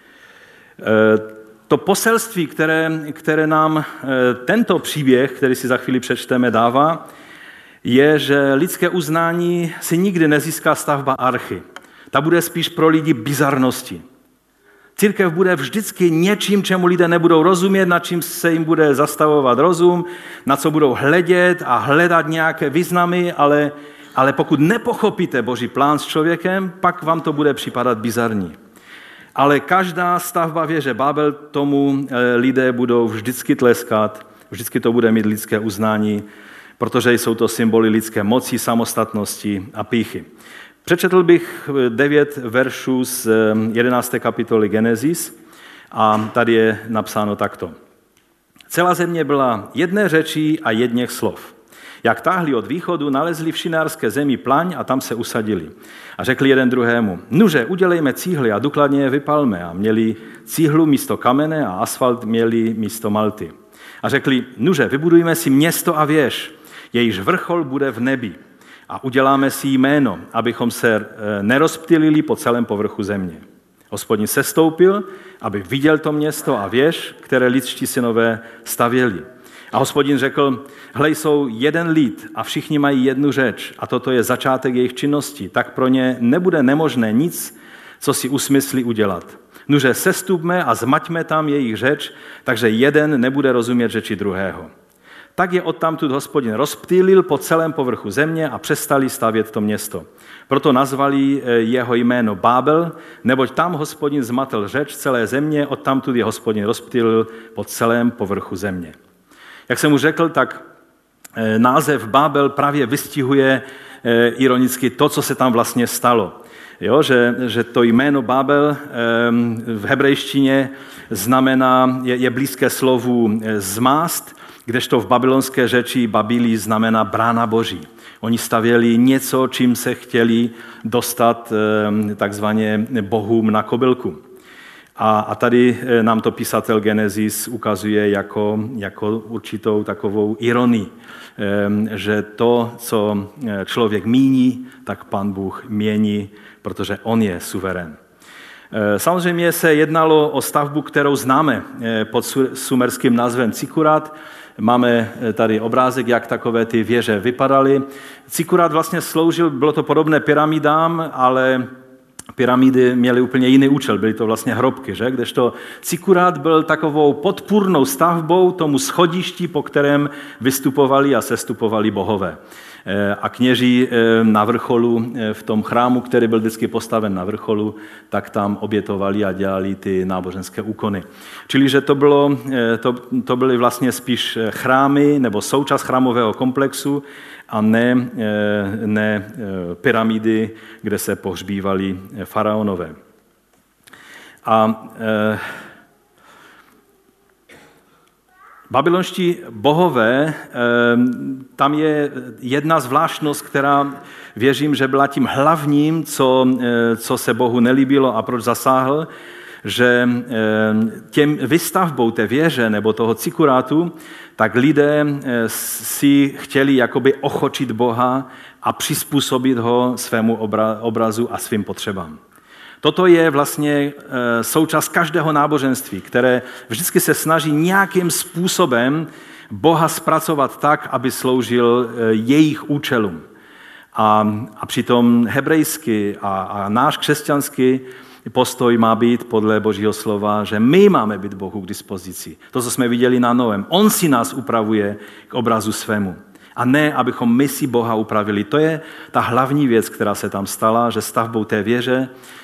[SPEAKER 1] To poselství, které nám tento příběh, který si za chvíli přečteme, dává, je, že lidské uznání si nikdy nezíská stavba archy. Ta bude spíš pro lidi bizarnosti. Církev bude vždycky něčím, čemu lidé nebudou rozumět, nad čím se jim bude zastavovat rozum, na co budou hledět a hledat nějaké významy, ale pokud nepochopíte Boží plán s člověkem, pak vám to bude připadat bizarní. Ale každá stavba věže Babel, tomu lidé budou vždycky tleskat, vždycky to bude mít lidské uznání, protože jsou to symboly lidské moci, samostatnosti a pýchy. Přečetl bych 9 veršů z 11. kapitoly Genesis a tady je napsáno takto. Celá země byla jedné řečí a jedněch slov. Jak táhli od východu, nalezli v šinárské zemi plaň a tam se usadili. A řekli jeden druhému, nuže, udělejme cíhly a důkladně je vypalme. A měli cíhlu místo kamene a asfalt měli místo malty. A řekli, nuže, vybudujme si město a věž, jejíž vrchol bude v nebi. A uděláme si jméno, abychom se nerozptylili po celém povrchu země. Hospodin sestoupil, aby viděl to město a věž, které lidští synové stavěli. A Hospodin řekl, hle, jsou jeden lid a všichni mají jednu řeč a toto je začátek jejich činnosti, tak pro ně nebude nemožné nic, co si usmyslí udělat. Nuže, sestupme a zmaťme tam jejich řeč, takže jeden nebude rozumět řeči druhého. Tak je odtamtud Hospodin rozptýlil po celém povrchu země a přestali stavět to město. Proto nazvali jeho jméno Bábel, neboť tam Hospodin zmatl řeč celé země, odtamtud je Hospodin rozptýlil po celém povrchu země. Jak jsem už řekl, tak název Bábel právě vystihuje ironicky to, co se tam vlastně stalo. Jo, že to jméno Bábel v hebrejštině znamená, je blízké slovu zmást, kdežto v babylonské řeči Babylí znamená brána boží. Oni stavěli něco, čím se chtěli dostat takzvaně bohům na kobylku. A tady nám to písatel Genesis ukazuje jako určitou takovou ironii, že to, co člověk míní, tak Pán Bůh mění, protože on je suverén. Samozřejmě se jednalo o stavbu, kterou známe pod sumerským názvem Cikurat. Máme tady obrázek, jak takové ty věže vypadaly. Cikurat vlastně sloužil, bylo to podobné pyramidám, ale pyramidy měly úplně jiný účel, byly to vlastně hrobky, že? Kdežto Cikurat byl takovou podpůrnou stavbou tomu schodišti, po kterém vystupovali a sestupovali bohové. A kněží na vrcholu, v tom chrámu, který byl vždycky postaven na vrcholu, tak tam obětovali a dělali ty náboženské úkony. Čili, že to byly vlastně spíš chrámy nebo součást chrámového komplexu a ne pyramidy, kde se pohřbívali faraonové. A babylonští bohové, tam je jedna zvláštnost, která věřím, že byla tím hlavním, co se Bohu nelíbilo a proč zasáhl, že těm vystavbou té věže nebo toho cikurátu, tak lidé si chtěli jakoby ochočit Boha a přizpůsobit ho svému obrazu a svým potřebám. Toto je vlastně součást každého náboženství, které vždycky se snaží nějakým způsobem Boha zpracovat tak, aby sloužil jejich účelům. A přitom hebrejský a náš křesťanský postoj má být podle Božího slova, že my máme být Bohu k dispozici. To, co jsme viděli na Noém. On si nás upravuje k obrazu svému. A ne, abychom my si Boha upravili. To je ta hlavní věc, která se tam stala, že stavbou té věže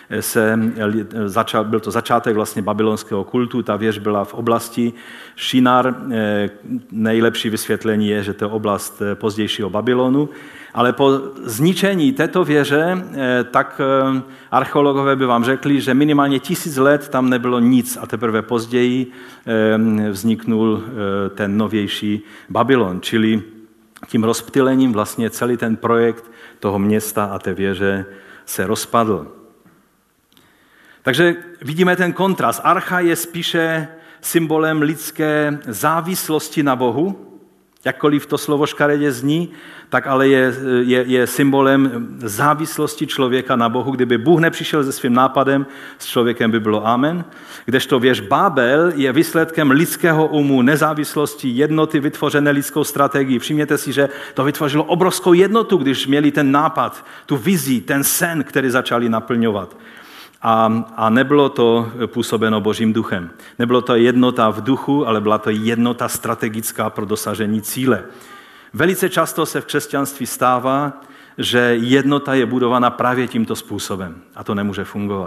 [SPEAKER 1] byl to začátek vlastně babylonského kultu. Ta věž byla v oblasti Šinar. Nejlepší vysvětlení je, že to je oblast pozdějšího Babylonu. Ale po zničení této věže, tak archeologové by vám řekli, že minimálně 1000 let tam nebylo nic a teprve později vzniknul ten novější Babylon, čili tím rozptylením vlastně celý ten projekt toho města a té věže se rozpadl. Takže vidíme ten kontrast. Archa je spíše symbolem lidské závislosti na Bohu, jakkoliv to slovo škaredě zní, tak ale je symbolem závislosti člověka na Bohu. Kdyby Bůh nepřišel se svým nápadem, s člověkem by bylo amen. Kdežto věž Bábel je výsledkem lidského umu, nezávislosti, jednoty vytvořené lidskou strategií. Všimněte si, že to vytvořilo obrovskou jednotu, když měli ten nápad, tu vizi, ten sen, který začali naplňovat. A nebylo to působeno Božím duchem. Nebylo to jednota v duchu, ale byla to jednota strategická pro dosažení cíle. Velice často se v křesťanství stává, že jednota je budována právě tímto způsobem. A to nemůže fungovat.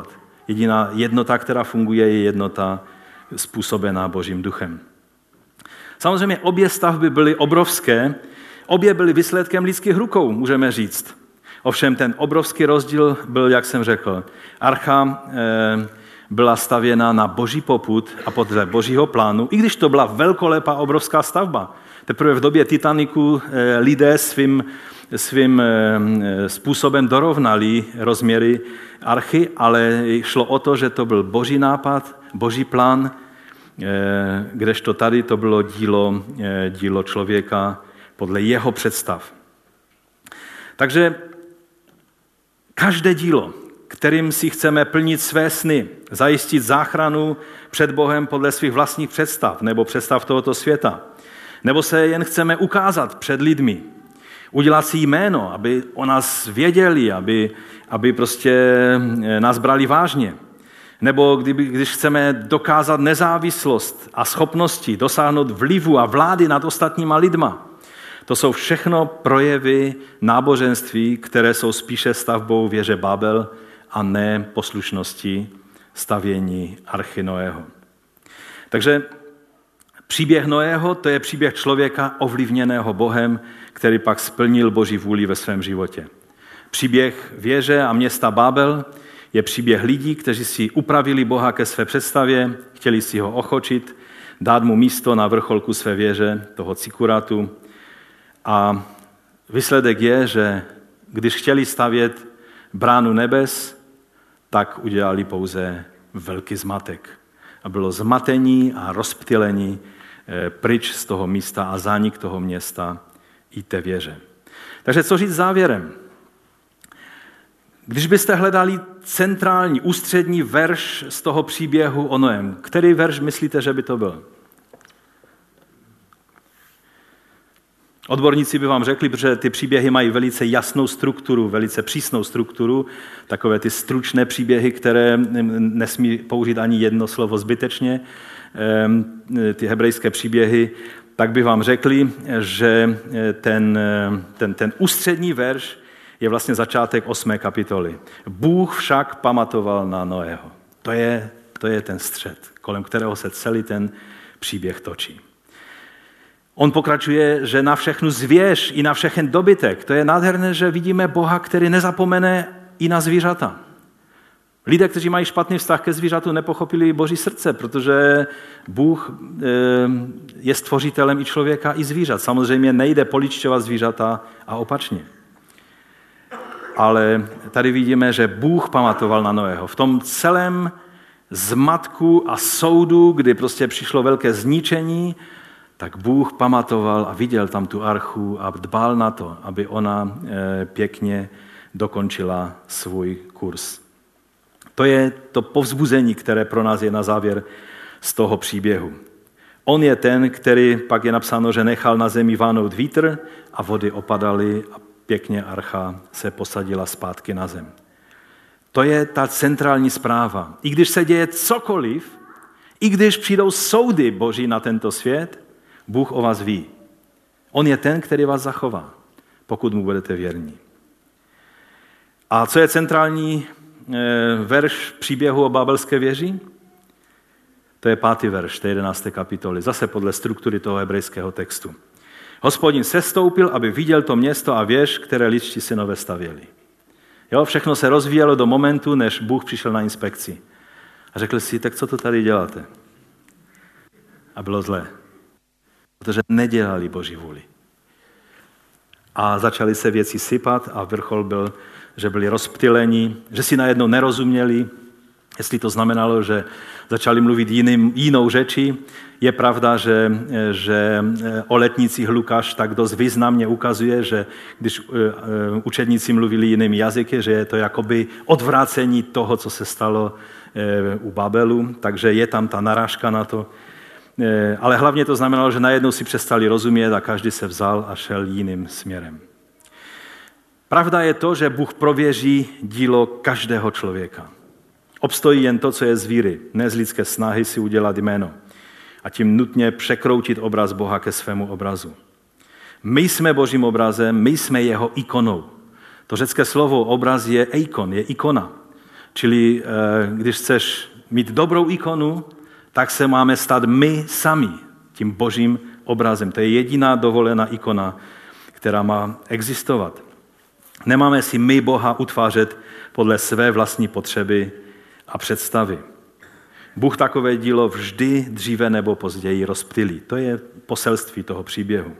[SPEAKER 1] Jediná jednota, která funguje, je jednota způsobená Božím duchem. Samozřejmě obě stavby byly obrovské, obě byly výsledkem lidských rukou, můžeme říct. Ovšem ten obrovský rozdíl byl, jak jsem řekl, archa byla stavěna na Boží popud a podle Božího plánu, i když to byla velkolepá obrovská stavba. Teprve v době Titaniku lidé svým způsobem dorovnali rozměry archy, ale šlo o to, že to byl Boží nápad, Boží plán, kdežto tady to bylo dílo člověka podle jeho představ. Takže každé dílo, kterým si chceme plnit své sny, zajistit záchranu před Bohem podle svých vlastních představ nebo představ tohoto světa, nebo se jen chceme ukázat před lidmi, udělat si jméno, aby o nás věděli, aby prostě nás brali vážně, nebo když chceme dokázat nezávislost a schopnosti dosáhnout vlivu a vlády nad ostatníma lidma. To jsou všechno projevy náboženství, které jsou spíše stavbou věže Babel a ne poslušností stavění archy Noého. Takže příběh Noého, to je příběh člověka ovlivněného Bohem, který pak splnil Boží vůli ve svém životě. Příběh věže a města Babel je příběh lidí, kteří si upravili Boha ke své představě, chtěli si ho ochočit, dát mu místo na vrcholku své věže, toho cikuratu. A výsledek je, že když chtěli stavět bránu nebes, tak udělali pouze velký zmatek. A bylo zmatení a rozptylení pryč z toho místa a zánik toho města i té věže. Takže co říct závěrem? Když byste hledali centrální, ústřední verš z toho příběhu o Noém, který verš myslíte, že by to byl? Odborníci by vám řekli, protože ty příběhy mají velice jasnou strukturu, velice přísnou strukturu, takové ty stručné příběhy, které nesmí použít ani jedno slovo zbytečně, ty hebrejské příběhy, tak by vám řekli, že ten ústřední verš je vlastně začátek 8. kapitoly. Bůh však pamatoval na Noého. To je ten střed, kolem kterého se celý ten příběh točí. On pokračuje, že na všechnu zvěř i na všechen dobytek. To je nádherné, že vidíme Boha, který nezapomene i na zvířata. Lidé, kteří mají špatný vztah ke zvířatu, nepochopili Boží srdce, protože Bůh je stvořitelem i člověka, i zvířat. Samozřejmě nejde poličťovat zvířata a opačně. Ale tady vidíme, že Bůh pamatoval na Noého. V tom celém zmatku a soudu, kdy prostě přišlo velké zničení, tak Bůh pamatoval a viděl tam tu archu a dbal na to, aby ona pěkně dokončila svůj kurz. To je to povzbuzení, které pro nás je na závěr z toho příběhu. On je ten, který, pak je napsáno, že nechal na zemi vánout vítr a vody opadaly a pěkně archa se posadila zpátky na zem. To je ta centrální zpráva. I když se děje cokoliv, i když přijdou soudy Boží na tento svět, Bůh o vás ví. On je ten, který vás zachová, pokud mu budete věrní. A co je centrální verš příběhu o babelské věži? To je 5. verš té 11. kapitoly, zase podle struktury toho hebrejského textu. Hospodin sestoupil, aby viděl to město a věž, které lidští synové stavěli. Jo, všechno se rozvíjelo do momentu, než Bůh přišel na inspekci. A řekl si, tak co to tady děláte? A bylo zlé. Protože nedělali Boží vůli. A začaly se věci sypat a vrchol byl, že byli rozptyleni, že si najednou nerozuměli, jestli to znamenalo, že začali mluvit jinou řečí. Je pravda, že o letnicích Lukáš tak dost významně ukazuje, že když učedníci mluvili jinými jazyky, že je to jakoby odvrácení toho, co se stalo u Babelu, takže je tam ta narážka na to. Ale hlavně to znamenalo, že najednou si přestali rozumět a každý se vzal a šel jiným směrem. Pravda je to, že Bůh prověří dílo každého člověka. Obstojí jen to, co je z víry, ne z lidské snahy si udělat jméno a tím nutně překroutit obraz Boha ke svému obrazu. My jsme Božím obrazem, my jsme jeho ikonou. To řecké slovo obraz je eikon, je ikona. Čili když chceš mít dobrou ikonu, tak se máme stát my sami tím božím obrazem. To je jediná dovolená ikona, která má existovat. Nemáme si my Boha utvářet podle své vlastní potřeby a představy. Bůh takové dílo vždy dříve nebo později rozptylí. To je poselství toho příběhu.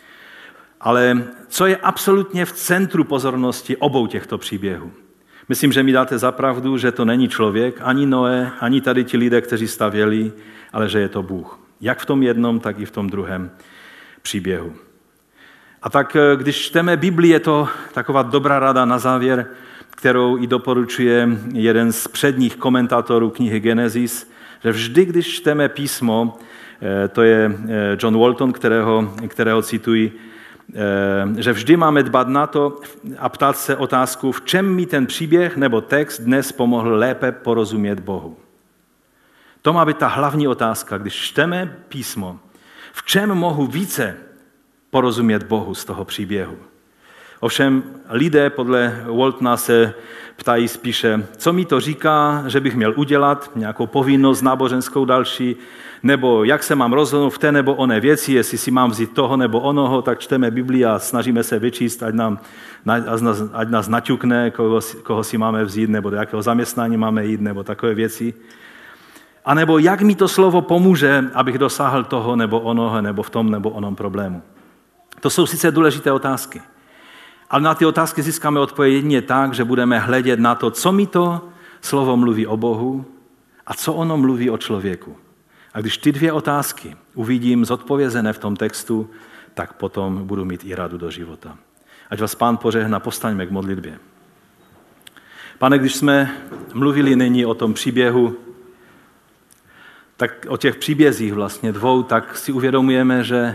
[SPEAKER 1] Ale co je absolutně v centru pozornosti obou těchto příběhů? Myslím, že mi dáte za pravdu, že to není člověk, ani Noé, ani tady ti lidé, kteří stavěli, ale že je to Bůh. Jak v tom jednom, tak i v tom druhém příběhu. A tak, když čteme Biblii, je to taková dobrá rada na závěr, kterou i doporučuje jeden z předních komentátorů knihy Genesis, že vždy, když čteme písmo, to je John Walton, kterého cituji, že vždy máme dbat na to a ptát se otázku, v čem mi ten příběh nebo text dnes pomohl lépe porozumět Bohu. To má být ta hlavní otázka, když čteme písmo, v čem mohu více porozumět Bohu z toho příběhu. Ovšem lidé podle Waltona se ptají spíše, co mi to říká, že bych měl udělat, nějakou povinnost náboženskou další, nebo jak se mám rozhodnout v té nebo oné věci, jestli si mám vzít toho nebo onoho, tak čteme Biblii a snažíme se vyčíst, ať nás naťukne, koho si máme vzít, nebo do jakého zaměstnání máme jít, nebo takové věci. A nebo jak mi to slovo pomůže, abych dosáhl toho nebo onoho, nebo v tom nebo onom problému. To jsou sice důležité otázky, ale na ty otázky získáme odpověď jedině tak, že budeme hledět na to, co mi to slovo mluví o Bohu a co ono mluví o člověku. A když ty dvě otázky uvidím zodpovězené v tom textu, tak potom budu mít i radu do života. Ať vás Pán požehná, povstaňme k modlitbě. Pane, když jsme mluvili nyní o tom příběhu, tak o těch příbězích vlastně dvou, tak si uvědomujeme, že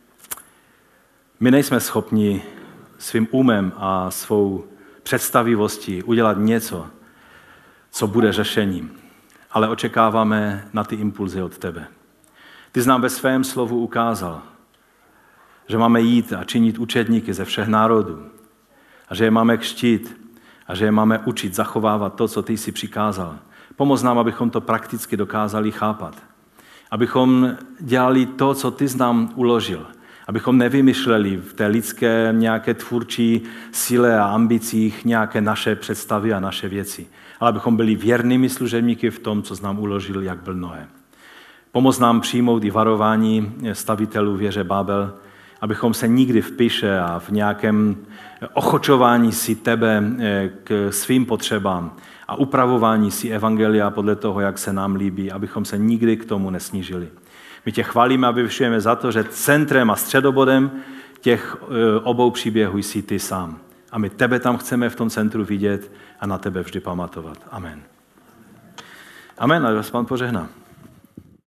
[SPEAKER 1] my nejsme schopni svým umem a svou představivostí udělat něco, co bude řešením. Ale očekáváme na ty impulzy od tebe. Ty jsi nám ve svém slovu ukázal, že máme jít a činit učedníky ze všech národů a že je máme křtít a že je máme učit zachovávat to, co ty jsi přikázal. Pomoz nám, abychom to prakticky dokázali chápat. Abychom dělali to, co ty jsi nám uložil. Abychom nevymyšleli v té lidské nějaké tvůrčí síle a ambicích nějaké naše představy a naše věci. Ale abychom byli věrnými služebníky v tom, co jsi nám uložil, jak byl Noé. Pomoz nám přijmout i varování stavitelů věže Babel, abychom se nikdy v pyše a v nějakém ochočování si tebe k svým potřebám a upravování si evangelia podle toho, jak se nám líbí, abychom se nikdy k tomu nesnížili. My tě chválíme a vyvyšujeme za to, že centrem a středobodem těch obou příběhů jsi ty sám. A my tebe tam chceme v tom centru vidět a na tebe vždy pamatovat. Amen. Amen, a vás Pán požehná.